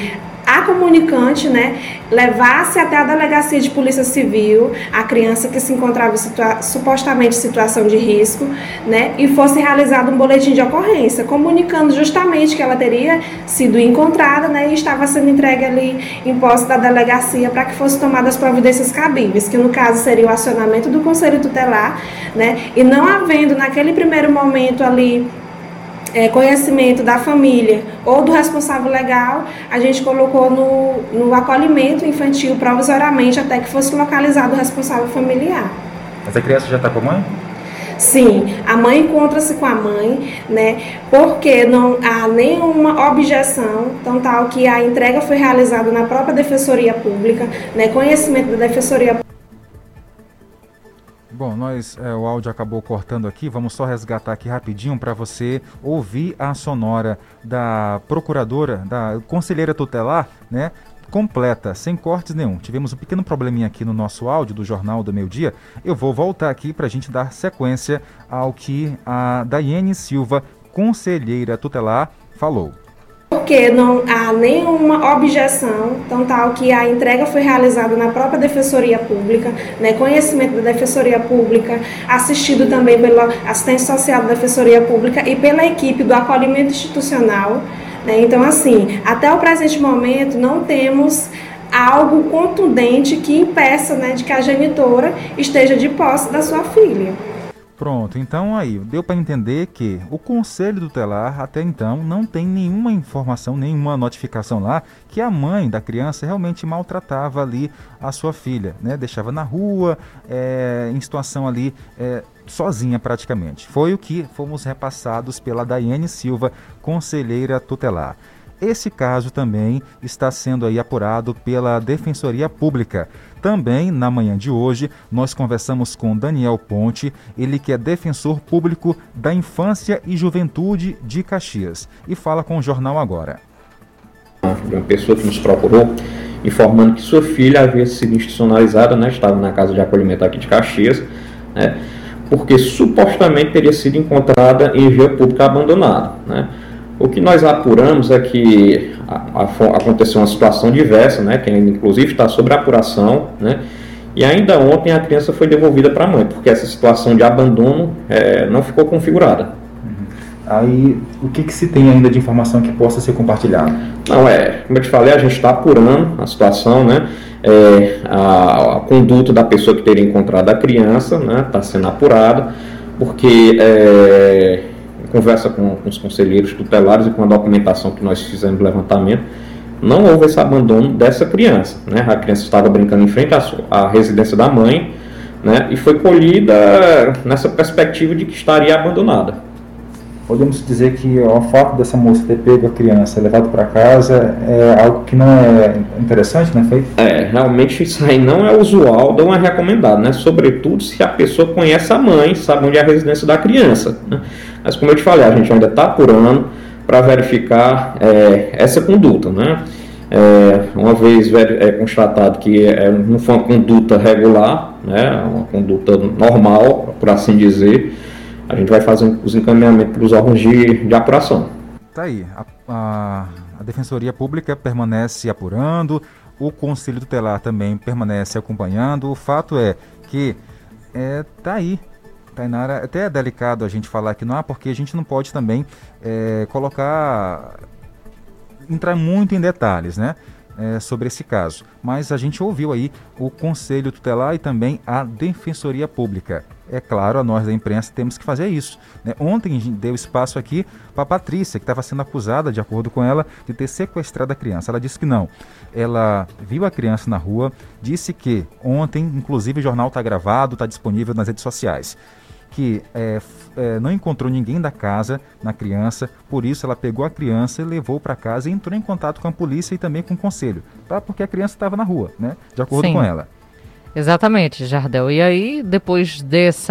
a comunicante, né, levasse até a delegacia de polícia civil a criança que se encontrava supostamente em situação de risco, né, e fosse realizado um boletim de ocorrência, comunicando justamente que ela teria sido encontrada, né, e estava sendo entregue ali em posse da delegacia para que fossem tomadas providências cabíveis, que no caso seria o acionamento do Conselho Tutelar, né, e não havendo naquele primeiro momento ali conhecimento da família ou do responsável legal, a gente colocou no acolhimento infantil provisoriamente até que fosse localizado o responsável familiar. Mas a criança já está com a mãe? Sim, a mãe encontra-se com a mãe, né, porque não há nenhuma objeção, tão tal que a entrega foi realizada na própria Defensoria Pública, né, conhecimento da Defensoria Pública. Bom, o áudio acabou cortando aqui, vamos só resgatar aqui rapidinho para você ouvir a sonora da procuradora, da conselheira tutelar, né, completa, sem cortes nenhum. Tivemos um pequeno probleminha aqui no nosso áudio do Jornal do Meio Dia. Eu vou voltar aqui para a gente dar sequência ao que a Daiane Silva, conselheira tutelar, falou. Porque não há nenhuma objeção, tão tal que a entrega foi realizada na própria Defensoria Pública, né, conhecimento da Defensoria Pública, assistido também pela assistente social da Defensoria Pública e pela equipe do acolhimento institucional, né. Então, assim, até o presente momento não temos algo contundente que impeça, né, de que a genitora esteja de posse da sua filha. Pronto, então aí, deu para entender que o Conselho Tutelar até então não tem nenhuma informação, nenhuma notificação lá que a mãe da criança realmente maltratava ali a sua filha, né? Deixava na rua, em situação ali sozinha praticamente. Foi o que fomos repassados pela Daiane Silva, conselheira tutelar. Esse caso também está sendo aí apurado pela Defensoria Pública. Também, na manhã de hoje, nós conversamos com Daniel Ponte, ele que é defensor público da Infância e Juventude de Caxias, e fala com o Jornal Agora. Uma pessoa que nos procurou informando que sua filha havia sido institucionalizada, né, estava na casa de acolhimento aqui de Caxias, né, porque supostamente teria sido encontrada em via pública abandonada, né. O que nós apuramos é que aconteceu uma situação diversa, né, que ainda inclusive está sob apuração, né, e ainda ontem a criança foi devolvida para a mãe, porque essa situação de abandono não ficou configurada. Aí, o que se tem ainda de informação que possa ser compartilhada? Não, como eu te falei, a gente está apurando a situação, né, a conduta da pessoa que teria encontrado a criança, né, está sendo apurada, porque conversa com os conselheiros tutelares e com a documentação que nós fizemos do levantamento, não houve esse abandono dessa criança, né? A criança estava brincando em frente à residência da mãe, né? E foi colhida nessa perspectiva de que estaria abandonada. Podemos dizer que o fato dessa moça ter pego a criança e levado para casa é algo que não é interessante, né, feito? Realmente isso aí não é usual, não é recomendado, né? Sobretudo se a pessoa conhece a mãe, sabe onde é a residência da criança, né? Mas como eu te falei, a gente ainda está apurando para verificar essa conduta, né? Uma vez constatado que não foi uma conduta regular, né? Uma conduta normal, por assim dizer, a gente vai fazer os encaminhamentos para os órgãos de apuração. Tá aí, a Defensoria Pública permanece apurando, o Conselho Tutelar também permanece acompanhando. O fato é que tá aí, Tainara, até é delicado a gente falar que não, porque a gente não pode também entrar muito em detalhes, né, sobre esse caso. Mas a gente ouviu aí o Conselho Tutelar e também a Defensoria Pública. É claro, nós da imprensa temos que fazer isso, né? Ontem deu espaço aqui para a Patrícia, que estava sendo acusada, de acordo com ela, de ter sequestrado a criança. Ela disse que não. Ela viu a criança na rua, disse que ontem, inclusive o jornal está gravado, está disponível nas redes sociais, que não encontrou ninguém da casa na criança, por isso ela pegou a criança e levou para casa e entrou em contato com a polícia e também com o conselho, porque a criança estava na rua, né? De acordo Sim. com ela. Exatamente, Jardel. E aí, depois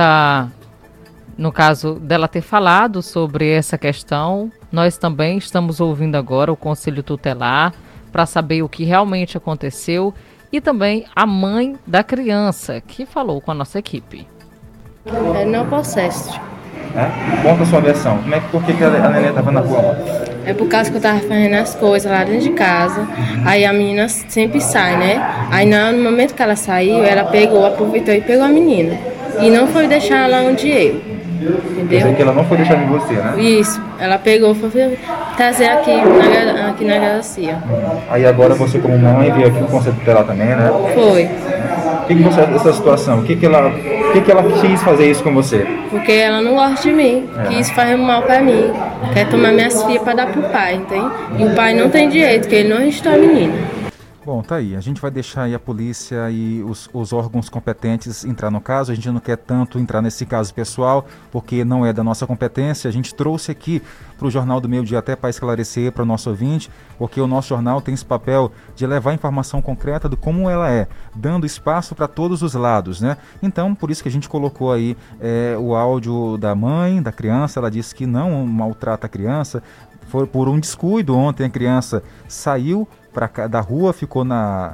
no caso dela ter falado sobre essa questão, nós também estamos ouvindo agora o Conselho Tutelar para saber o que realmente aconteceu e também a mãe da criança, que falou com a nossa equipe. Não posseste. Conta a sua versão. Por que a neném estava na rua? É por causa que eu tava fazendo as coisas lá dentro de casa. Aí a menina sempre sai, né? Aí no momento que ela saiu, ela pegou, aproveitou e pegou a menina. E não foi deixar ela onde eu. Entendeu? Quer dizer que ela não foi deixar em você, né? Isso. Ela pegou, foi trazer aqui na delegacia. Aí agora você como mãe veio aqui no Conselho Tutelar também, né? Foi. O que você acha dessa situação? O que ela quis fazer isso com você? Porque ela não gosta de mim, quis fazer mal pra mim. Quer tomar minhas filhas pra dar pro pai, entende? E o pai não tem direito, porque ele não registrou a menina. Bom, tá aí. A gente vai deixar aí a polícia e os órgãos competentes entrar no caso. A gente não quer tanto entrar nesse caso pessoal, porque não é da nossa competência. A gente trouxe aqui para o Jornal do Meio Dia até para esclarecer para o nosso ouvinte, porque o nosso jornal tem esse papel de levar informação concreta de como ela é, dando espaço para todos os lados, né? Então, por isso que a gente colocou aí o áudio da mãe, da criança. Ela disse que não maltrata a criança. Foi por um descuido ontem, a criança saiu da rua, ficou na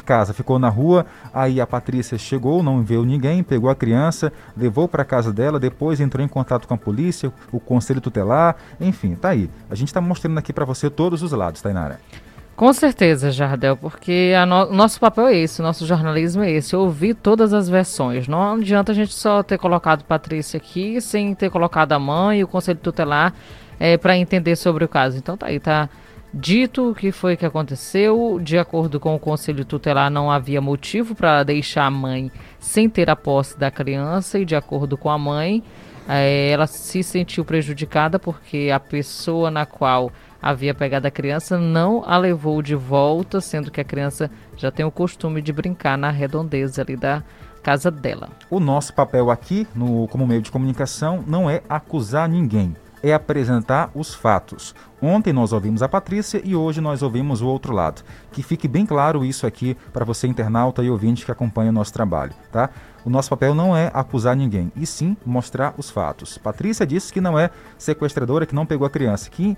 rua, aí a Patrícia chegou, não viu ninguém, pegou a criança, levou para casa dela, depois entrou em contato com a polícia, o Conselho Tutelar, enfim, tá aí. A gente está mostrando aqui para você todos os lados, Tainara. Com certeza, Jardel, porque nosso papel é esse, o nosso jornalismo é esse, ouvir todas as versões. Não adianta a gente só ter colocado Patrícia aqui, sem ter colocado a mãe e o Conselho Tutelar para entender sobre o caso. Então tá aí, tá dito o que foi que aconteceu. De acordo com o Conselho Tutelar, não havia motivo para deixar a mãe sem ter a posse da criança, e de acordo com a mãe, ela se sentiu prejudicada porque a pessoa na qual havia pegado a criança não a levou de volta, sendo que a criança já tem o costume de brincar na redondeza ali da casa dela. O nosso papel aqui, como meio de comunicação, não é acusar ninguém, é apresentar os fatos. Ontem nós ouvimos a Patrícia e hoje nós ouvimos o outro lado. Que fique bem claro isso aqui para você, internauta e ouvinte que acompanha o nosso trabalho, tá? O nosso papel não é acusar ninguém, e sim mostrar os fatos. Patrícia disse que não é sequestradora, que não pegou a criança, que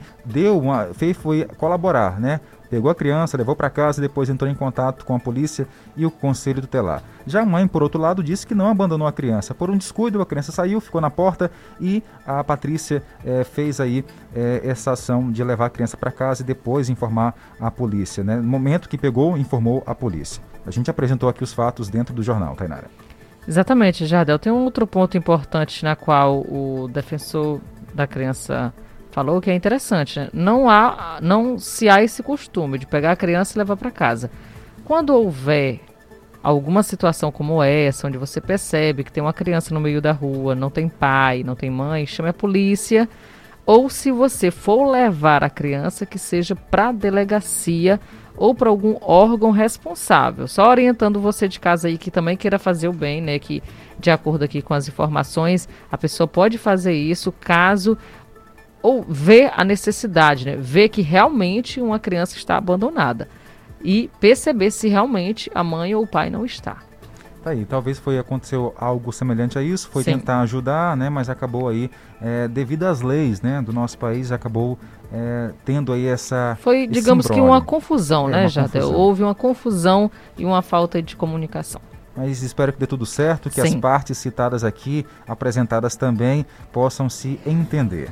foi colaborar, né? Pegou a criança, levou para casa e depois entrou em contato com a polícia e o Conselho Tutelar. Já a mãe, por outro lado, disse que não abandonou a criança. Por um descuido, a criança saiu, ficou na porta e a Patrícia fez aí essa ação de levar a criança para casa e depois informar a polícia, né? No momento que pegou, informou a polícia. A gente apresentou aqui os fatos dentro do jornal, Tainara. Exatamente, Jardel. Tem um outro ponto importante na qual o defensor da criança falou que é interessante, né? Não se há esse costume de pegar a criança e levar para casa. Quando houver alguma situação como essa, onde você percebe que tem uma criança no meio da rua, não tem pai, não tem mãe, chame a polícia. Ou se você for levar a criança, que seja para a delegacia ou para algum órgão responsável. Só orientando você de casa aí que também queira fazer o bem, né? Que de acordo aqui com as informações, a pessoa pode fazer isso caso ou ver a necessidade, né? Ver que realmente uma criança está abandonada e perceber se realmente a mãe ou o pai não está. Tá aí, talvez aconteceu algo semelhante a isso, foi Sim. tentar ajudar, né? Mas acabou aí, devido às leis, né, do nosso país, acabou tendo aí essa... Foi, digamos que uma confusão, né, Jardel? Houve uma confusão e uma falta de comunicação. Mas espero que dê tudo certo, que Sim. as partes citadas aqui, apresentadas também, possam se entender.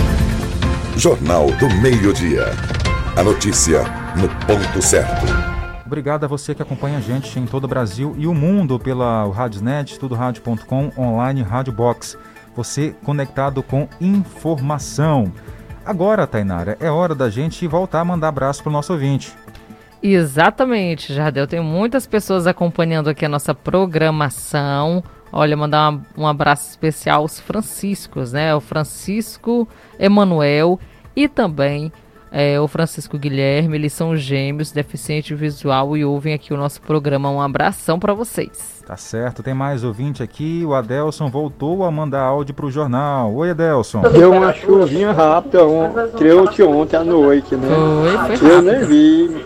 Jornal do Meio-Dia. A notícia no ponto certo. Obrigado a você que acompanha a gente em todo o Brasil e o mundo pela Radiosnet, tudoradio.com, online, Rádio Box. Você conectado com informação. Agora, Tainara, é hora da gente voltar a mandar abraço para o nosso ouvinte. Exatamente, Jardel. Tem muitas pessoas acompanhando aqui a nossa programação. Olha, mandar um abraço especial aos Franciscos, né? O Francisco Emanuel e também o Francisco Guilherme. Eles são gêmeos, deficiente visual, e ouvem aqui o nosso programa. Um abração para vocês. Tá certo, tem mais ouvinte aqui. O Adelson voltou a mandar áudio pro jornal. Oi, Adelson. Deu uma chuvinha rápida ontem à noite, né? Foi eu nem vi,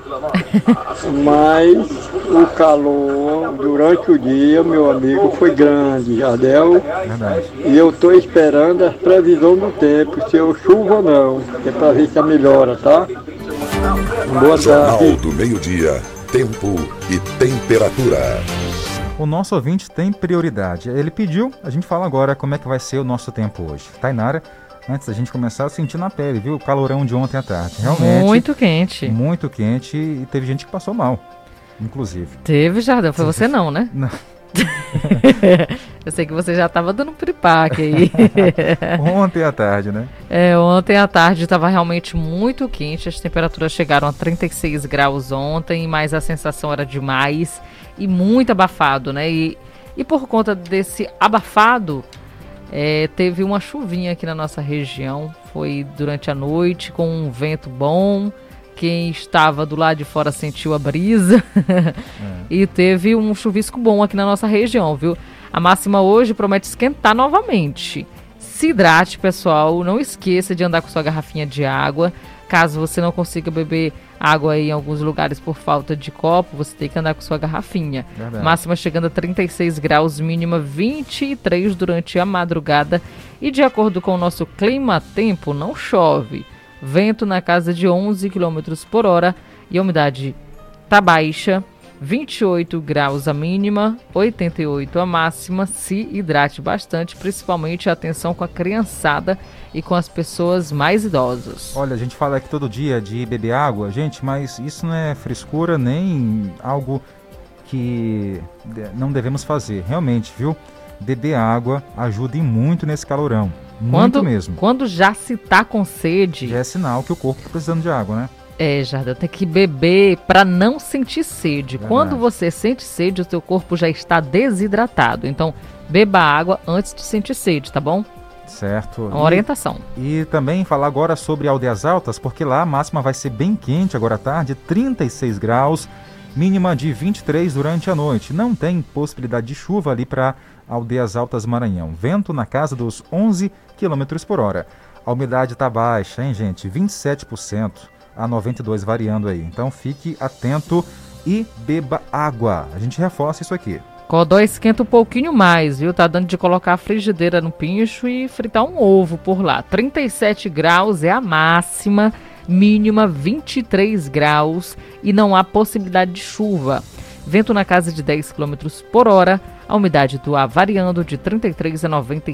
mas o calor durante o dia, meu amigo, foi grande, Jardel. Verdade. E eu tô esperando a previsão do tempo, se eu chuva ou não, é para ver se a melhora, tá? Boa Jornal tarde. do Meio-Dia. Tempo e temperatura. O nosso ouvinte tem prioridade. Ele pediu, a gente fala agora como é que vai ser o nosso tempo hoje. Tainara, antes da gente começar a sentir na pele, viu? O calorão de ontem à tarde. Realmente. Muito quente. Muito quente e teve gente que passou mal, inclusive. Teve, Jardel. Foi você não, né? Não. Eu sei que você já estava dando piripaque aí. Ontem à tarde, né? Ontem à tarde estava realmente muito quente. As temperaturas chegaram a 36 graus ontem, mas a sensação era demais e muito abafado, né? E por conta desse abafado, teve uma chuvinha aqui na nossa região. Foi durante a noite com um vento bom. Quem estava do lado de fora sentiu a brisa e teve um chuvisco bom aqui na nossa região, viu? A máxima hoje promete esquentar novamente. Se hidrate, pessoal. Não esqueça de andar com sua garrafinha de água. Caso você não consiga beber água aí em alguns lugares por falta de copo, você tem que andar com sua garrafinha. Verdade. Máxima chegando a 36 graus, mínima 23 durante a madrugada. E de acordo com o nosso clima-tempo, não chove. Vento na casa de 11 km por hora e a umidade tá baixa, 28 graus a mínima, 88 a máxima. Se hidrate bastante, principalmente atenção com a criançada e com as pessoas mais idosas. Olha, a gente fala aqui todo dia de beber água, gente, mas isso não é frescura nem algo que não devemos fazer. Realmente, viu? Beber água ajuda e muito nesse calorão. Muito mesmo. Quando já se tá com sede... Já é sinal que o corpo tá precisando de água, né? Jardel, tem que beber para não sentir sede. Verdade. Quando você sente sede, o seu corpo já está desidratado. Então, beba água antes de sentir sede, tá bom? Certo. Uma orientação. E também falar agora sobre Aldeias Altas, porque lá a máxima vai ser bem quente agora à tarde, 36 graus, mínima de 23 durante a noite. Não tem possibilidade de chuva ali para Aldeias Altas, Maranhão. Vento na casa dos 11 km por hora. A umidade está baixa, hein, gente? 27% a 92% variando aí. Então fique atento e beba água. A gente reforça isso aqui. Codó esquenta um pouquinho mais, viu? Tá dando de colocar a frigideira no pincho e fritar um ovo por lá. 37 graus é a máxima, mínima 23 graus e não há possibilidade de chuva. Vento na casa de 10 km por hora, a umidade do ar variando de 33% a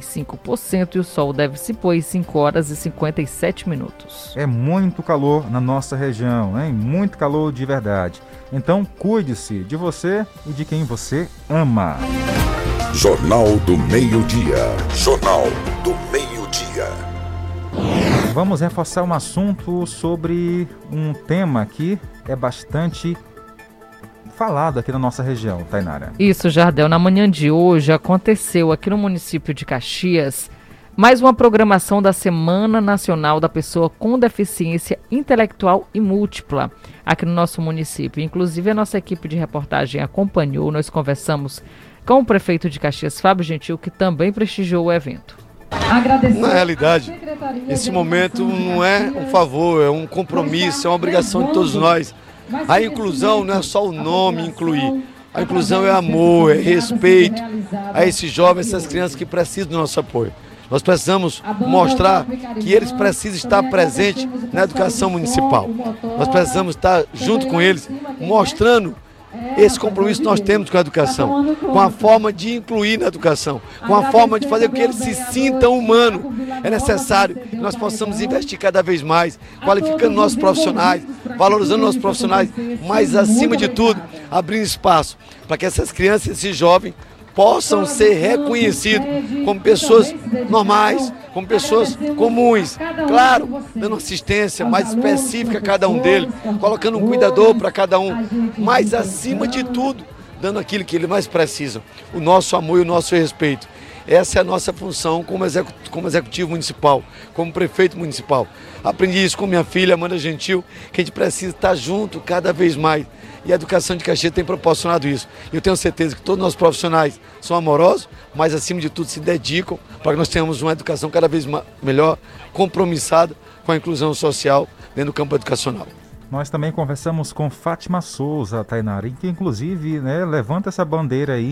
95% e o sol deve se pôr às 5 horas e 57 minutos. É muito calor na nossa região, hein? Muito calor de verdade. Então cuide-se de você e de quem você ama. Jornal do Meio-Dia. Jornal do Meio-Dia. Vamos reforçar um assunto sobre um tema que é bastante falado aqui na nossa região, Tainara. Isso, Jardel. Na manhã de hoje aconteceu aqui no município de Caxias mais uma programação da Semana Nacional da Pessoa com Deficiência Intelectual e Múltipla aqui no nosso município. Inclusive a nossa equipe de reportagem acompanhou, nós conversamos com o prefeito de Caxias, Fábio Gentil, que também prestigiou o evento. Na realidade, esse momento não é um favor, é um compromisso, é uma obrigação de todos nós. A inclusão não é só o nome incluir. A inclusão é amor, é respeito a esses jovens, essas crianças que precisam do nosso apoio. Nós precisamos mostrar que eles precisam estar presentes na educação municipal. Nós precisamos estar junto com eles, mostrando esse compromisso que nós temos com a educação, com a forma de incluir na educação, com a forma de fazer com que eles se sintam humanos. É necessário que nós possamos investir cada vez mais, qualificando nossos profissionais, valorizando nossos profissionais, mas acima de tudo, abrindo espaço para que essas crianças e esses jovens possam ser reconhecidos como pessoas normais, como pessoas comuns. Claro, dando assistência mais específica a cada um deles, colocando um cuidador para cada um, mas acima de tudo, dando aquilo que eles mais precisam, o nosso amor e o nosso respeito. Essa é a nossa função como executivo municipal, como prefeito municipal. Aprendi isso com minha filha, Amanda Gentil, que a gente precisa estar junto cada vez mais. E a educação de Caxias tem proporcionado isso. E eu tenho certeza que todos os nossos profissionais são amorosos, mas acima de tudo se dedicam para que nós tenhamos uma educação cada vez melhor, compromissada com a inclusão social dentro do campo educacional. Nós também conversamos com Fátima Souza, Tainara, que inclusive levanta essa bandeira aí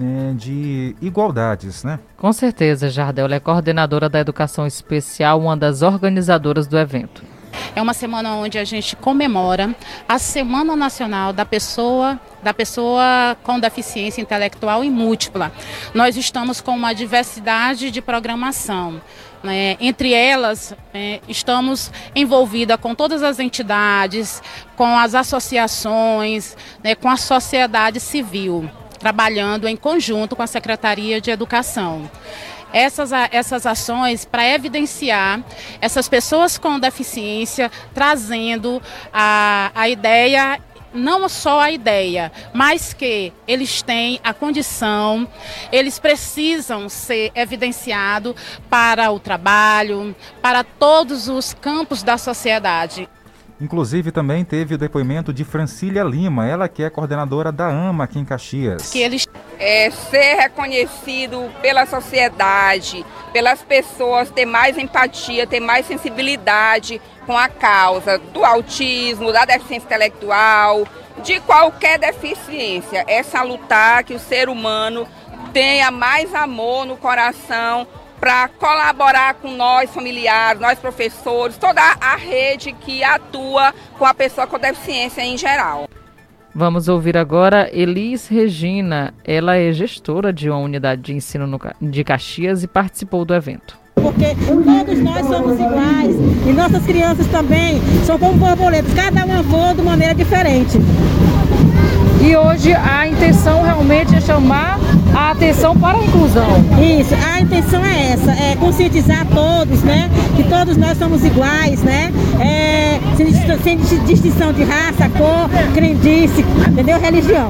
de igualdades, né? Com certeza, Jardel, ela é coordenadora da Educação Especial, uma das organizadoras do evento. É uma semana onde a gente comemora a Semana Nacional da Pessoa da pessoa com deficiência intelectual e múltipla. Nós estamos com uma diversidade de programação. Entre elas, estamos envolvidas com todas as entidades, com as associações, com a sociedade civil, trabalhando em conjunto com a Secretaria de Educação. Essas ações para evidenciar essas pessoas com deficiência, trazendo a ideia, não só a ideia, mas que eles têm a condição, eles precisam ser evidenciados para o trabalho, para todos os campos da sociedade. Inclusive também teve o depoimento de Francília Lima, ela que é coordenadora da AMA aqui em Caxias. Que eles ser reconhecido pela sociedade, pelas pessoas, ter mais empatia, ter mais sensibilidade com a causa do autismo, da deficiência intelectual, de qualquer deficiência. É salutar que o ser humano tenha mais amor no coração para colaborar com nós familiares, nós professores, toda a rede que atua com a pessoa com deficiência em geral. Vamos ouvir agora Elis Regina. Ela é gestora de uma unidade de ensino de Caxias e participou do evento. Porque todos nós somos iguais e nossas crianças também são como borboletas, cada uma voa de maneira diferente. E hoje a intenção realmente é chamar a atenção para a inclusão. Isso, a intenção é essa, é conscientizar todos, né? Que todos nós somos iguais, né? Sem distinção de raça, cor, crendice, entendeu? Religião.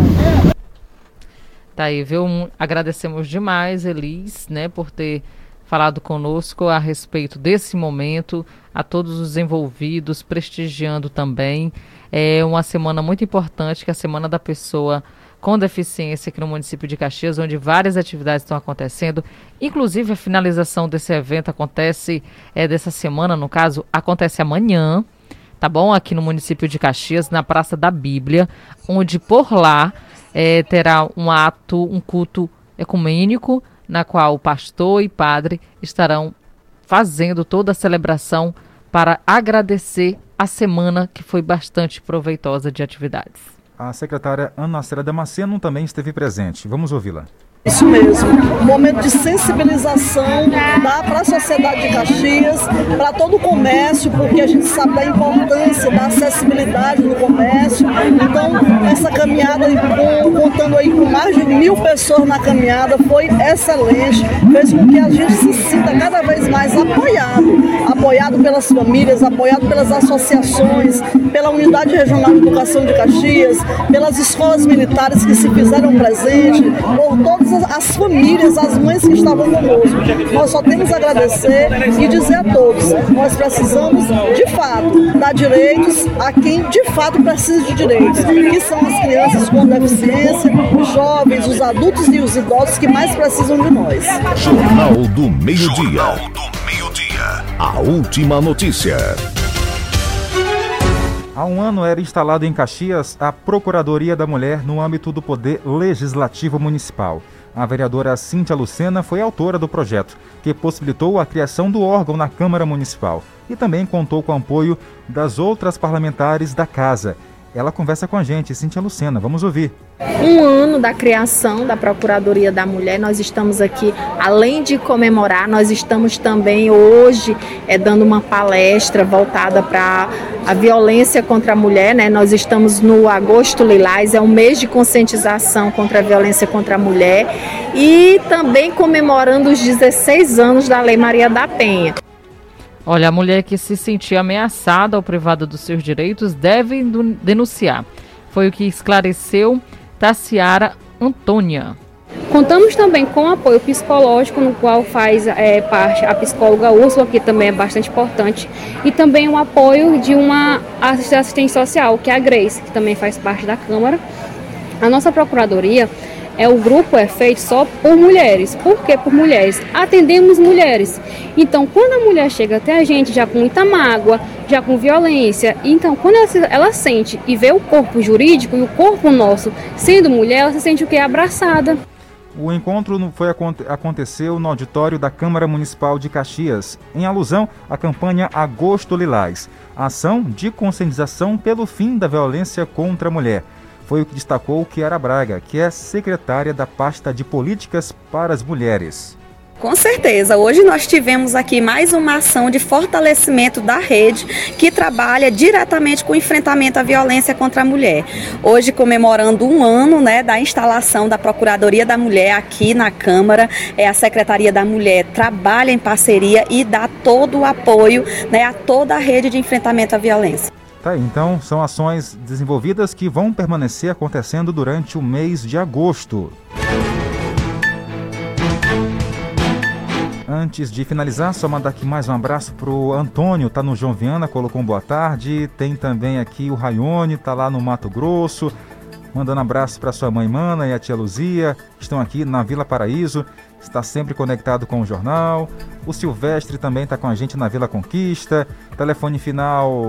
Tá aí, viu? Agradecemos demais, Elis, né, por ter falado conosco a respeito desse momento, a todos os envolvidos, prestigiando também. É uma semana muito importante, que é a Semana da Pessoa com Deficiência aqui no município de Caxias, onde várias atividades estão acontecendo. Inclusive, a finalização desse evento acontece, dessa semana, no caso, acontece amanhã, tá bom? Aqui no município de Caxias, na Praça da Bíblia, onde por lá terá um culto ecumênico, na qual o pastor e padre estarão fazendo toda a celebração para agradecer a semana que foi bastante proveitosa de atividades. A secretária Ana Célia Damasceno também esteve presente. Vamos ouvi-la. Isso mesmo, um momento de sensibilização para a sociedade de Caxias, para todo o comércio, porque a gente sabe da importância da acessibilidade no comércio. Então, essa caminhada, contando aí com mais de 1.000 pessoas na caminhada, foi excelente, fez com que a gente se sinta cada vez mais apoiado pelas famílias, apoiado pelas associações, pela Unidade Regional de Educação de Caxias, pelas escolas militares que se fizeram presente, por todas as famílias, as mães que estavam conosco. Nós só temos a agradecer e dizer a todos, nós precisamos, de fato, dar direitos a quem, de fato, precisa de direitos, que são as crianças com deficiência, os jovens, os adultos e os idosos que mais precisam de nós. Jornal do Meio-Dia. A última notícia. Há um ano era instalado em Caxias a Procuradoria da Mulher no âmbito do Poder Legislativo Municipal. A vereadora Cíntia Lucena foi autora do projeto, que possibilitou a criação do órgão na Câmara Municipal e também contou com o apoio das outras parlamentares da casa. Ela conversa com a gente, Cíntia Lucena. Vamos ouvir. Um ano da criação da Procuradoria da Mulher, nós estamos aqui, além de comemorar, nós estamos também hoje dando uma palestra voltada para a violência contra a mulher, né? Nós estamos no Agosto Lilás, é um mês de conscientização contra a violência contra a mulher e também comemorando os 16 anos da Lei Maria da Penha. Olha, a mulher que se sentir ameaçada ou privada dos seus direitos deve denunciar. Foi o que esclareceu Taciara Antônia. Contamos também com apoio psicológico, no qual faz parte a psicóloga Úrsula, que também é bastante importante, e também o apoio de uma assistente social, que é a Grace, que também faz parte da Câmara. A nossa procuradoria, o grupo é feito só por mulheres. Por que por mulheres? Atendemos mulheres. Então, quando a mulher chega até a gente já com muita mágoa, já com violência, então quando ela sente e vê o corpo jurídico e o corpo nosso sendo mulher, ela se sente o quê? Abraçada. O encontro aconteceu no auditório da Câmara Municipal de Caxias, em alusão à campanha Agosto Lilás, ação de conscientização pelo fim da violência contra a mulher. foi o que destacou Kiara Braga, que é secretária da pasta de Políticas para as Mulheres. Com certeza, hoje nós tivemos aqui mais uma ação de fortalecimento da rede que trabalha diretamente com o enfrentamento à violência contra a mulher. Hoje comemorando um ano, da instalação da Procuradoria da Mulher aqui na Câmara, a Secretaria da Mulher trabalha em parceria e dá todo o apoio, a toda a rede de enfrentamento à violência. Tá aí, então são ações desenvolvidas que vão permanecer acontecendo durante o mês de agosto. Antes de finalizar, só mandar aqui mais um abraço pro Antônio, tá no João Viana, colocou um boa tarde. Tem também aqui o Raione, tá lá no Mato Grosso, mandando abraço para sua mãe Mana e a tia Luzia, estão aqui na Vila Paraíso, está sempre conectado com o jornal. O Silvestre também está com a gente na Vila Conquista, telefone final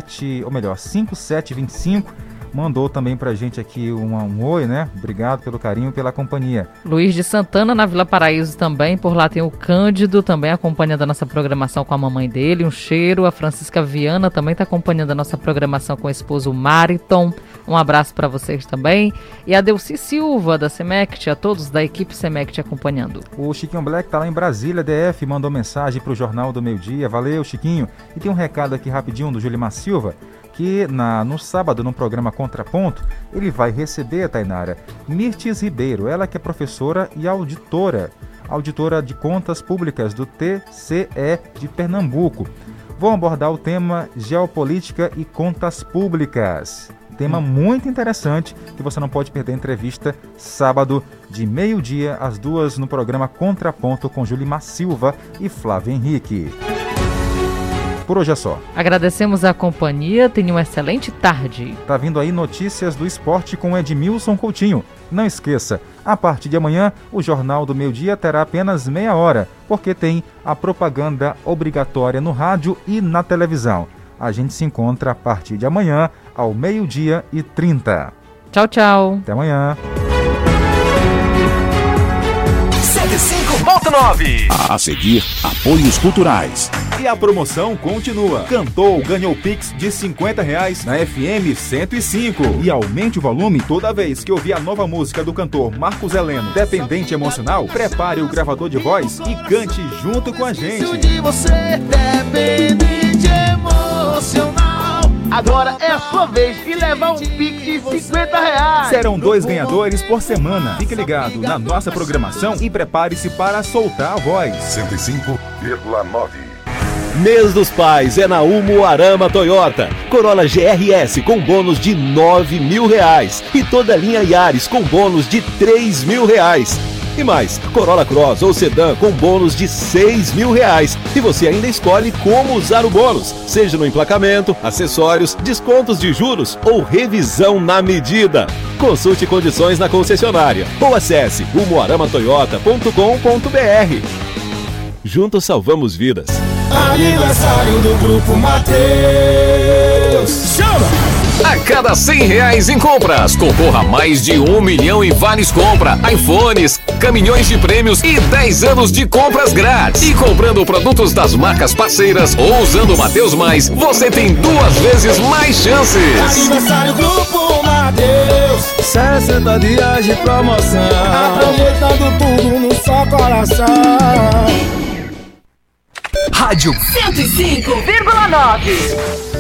5725. Mandou também pra gente aqui um oi, Obrigado pelo carinho e pela companhia. Luiz de Santana, na Vila Paraíso também. Por lá tem o Cândido, também acompanhando a nossa programação com a mamãe dele. Um cheiro. A Francisca Viana também está acompanhando a nossa programação com o esposo Mariton. Um abraço para vocês também. E a Delci Silva, da Semect, a todos da equipe Semect acompanhando. O Chiquinho Black está lá em Brasília, DF, mandou mensagem pro Jornal do Meio Dia. Valeu, Chiquinho. E tem um recado aqui rapidinho do Julimar Silva, que no sábado, no programa Contraponto, ele vai receber, Tainara, Mirtes Ribeiro, ela que é professora e auditora de contas públicas do TCE de Pernambuco. Vão abordar o tema Geopolítica e Contas Públicas. Tema muito interessante que você não pode perder a entrevista sábado de 12h às 2h no programa Contraponto com Julimar Silva e Flávio Henrique. Por hoje é só. Agradecemos a companhia, tenha uma excelente tarde. Tá vindo aí notícias do esporte com Edmilson Coutinho. Não esqueça, a partir de amanhã, o Jornal do Meio Dia terá apenas meia hora, porque tem a propaganda obrigatória no rádio e na televisão. A gente se encontra a partir de amanhã, ao 12h30. Tchau, tchau. Até amanhã. 105.9. A seguir, apoios culturais. E a promoção continua. Cantou, ganhou Pix de R$50 na FM 105. E aumente o volume toda vez que ouvir a nova música do cantor Marcos Heleno, Dependente Emocional. Prepare o gravador de voz e cante junto com a gente. De você, dependente emocional. Agora é a sua vez de levar um Pix de R$50. Serão 2 ganhadores por semana. Fique ligado na nossa programação e prepare-se para soltar a voz. 105,9. Mês dos Pais é na Umuarama Toyota. Corolla GRS com bônus de R$9.000 e toda a linha Yaris com bônus de R$3.000. E mais, Corolla Cross ou Sedã com bônus de R$6.000. E você ainda escolhe como usar o bônus, seja no emplacamento, acessórios, descontos de juros ou revisão na medida. Consulte condições na concessionária ou acesse umuaramatoyota.com.br. Juntos salvamos vidas. Aniversário do Grupo Mateus. Chama! A cada R$100 em compras, concorra a mais de 1 milhão em vales compra, iPhones, caminhões de prêmios e 10 anos de compras grátis. E comprando produtos das marcas parceiras ou usando o Mateus Mais, você tem 2 vezes mais chances. Aniversário Grupo Mateus. 60 dias de promoção. Aproveitando tudo no só coração. Rádio 105,9.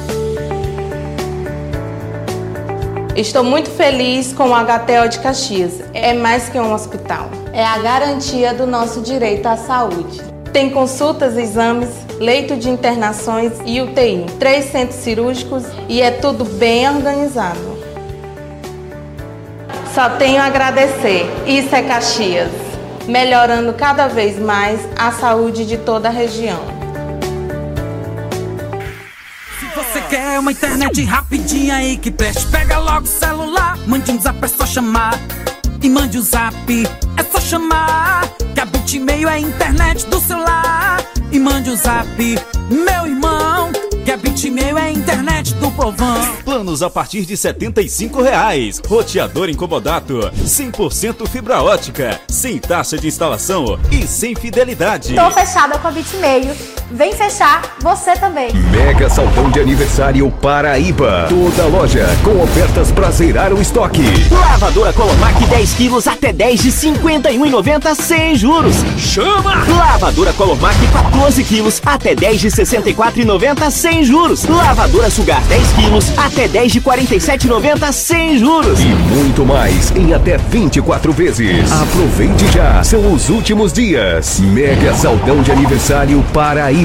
Estou muito feliz com o HTO de Caxias. É mais que um hospital. É a garantia do nosso direito à saúde. Tem consultas, exames, leito de internações e UTI. 3 centros cirúrgicos e é tudo bem organizado. Só tenho a agradecer. Isso é Caxias. Melhorando cada vez mais a saúde de toda a região. Você quer uma internet rapidinha aí que preste? Pega logo o celular, mande um zap, é só chamar. E mande o zap, é só chamar. Que a Bitmail é a internet do celular. E mande o zap, meu irmão. Que a Bitmail é a internet do povão. Planos a partir de R$75. Roteador incomodato, 100% fibra ótica, sem taxa de instalação e sem fidelidade. Tô fechada com a Bitmail. vem fechar você também. Mega Saldão de Aniversário Paraíba. Toda loja com ofertas pra zerar o estoque. Lavadora Colomac 10 quilos até 10 de 51,90 sem juros. Chama! Lavadora Colomac 14 quilos até 10 de 64,90 sem juros. Lavadora Sugar 10 quilos até 10 de 47,90 sem juros. E muito mais em até 24 vezes. Aproveite já, são os últimos dias. Mega Saldão de Aniversário Paraíba.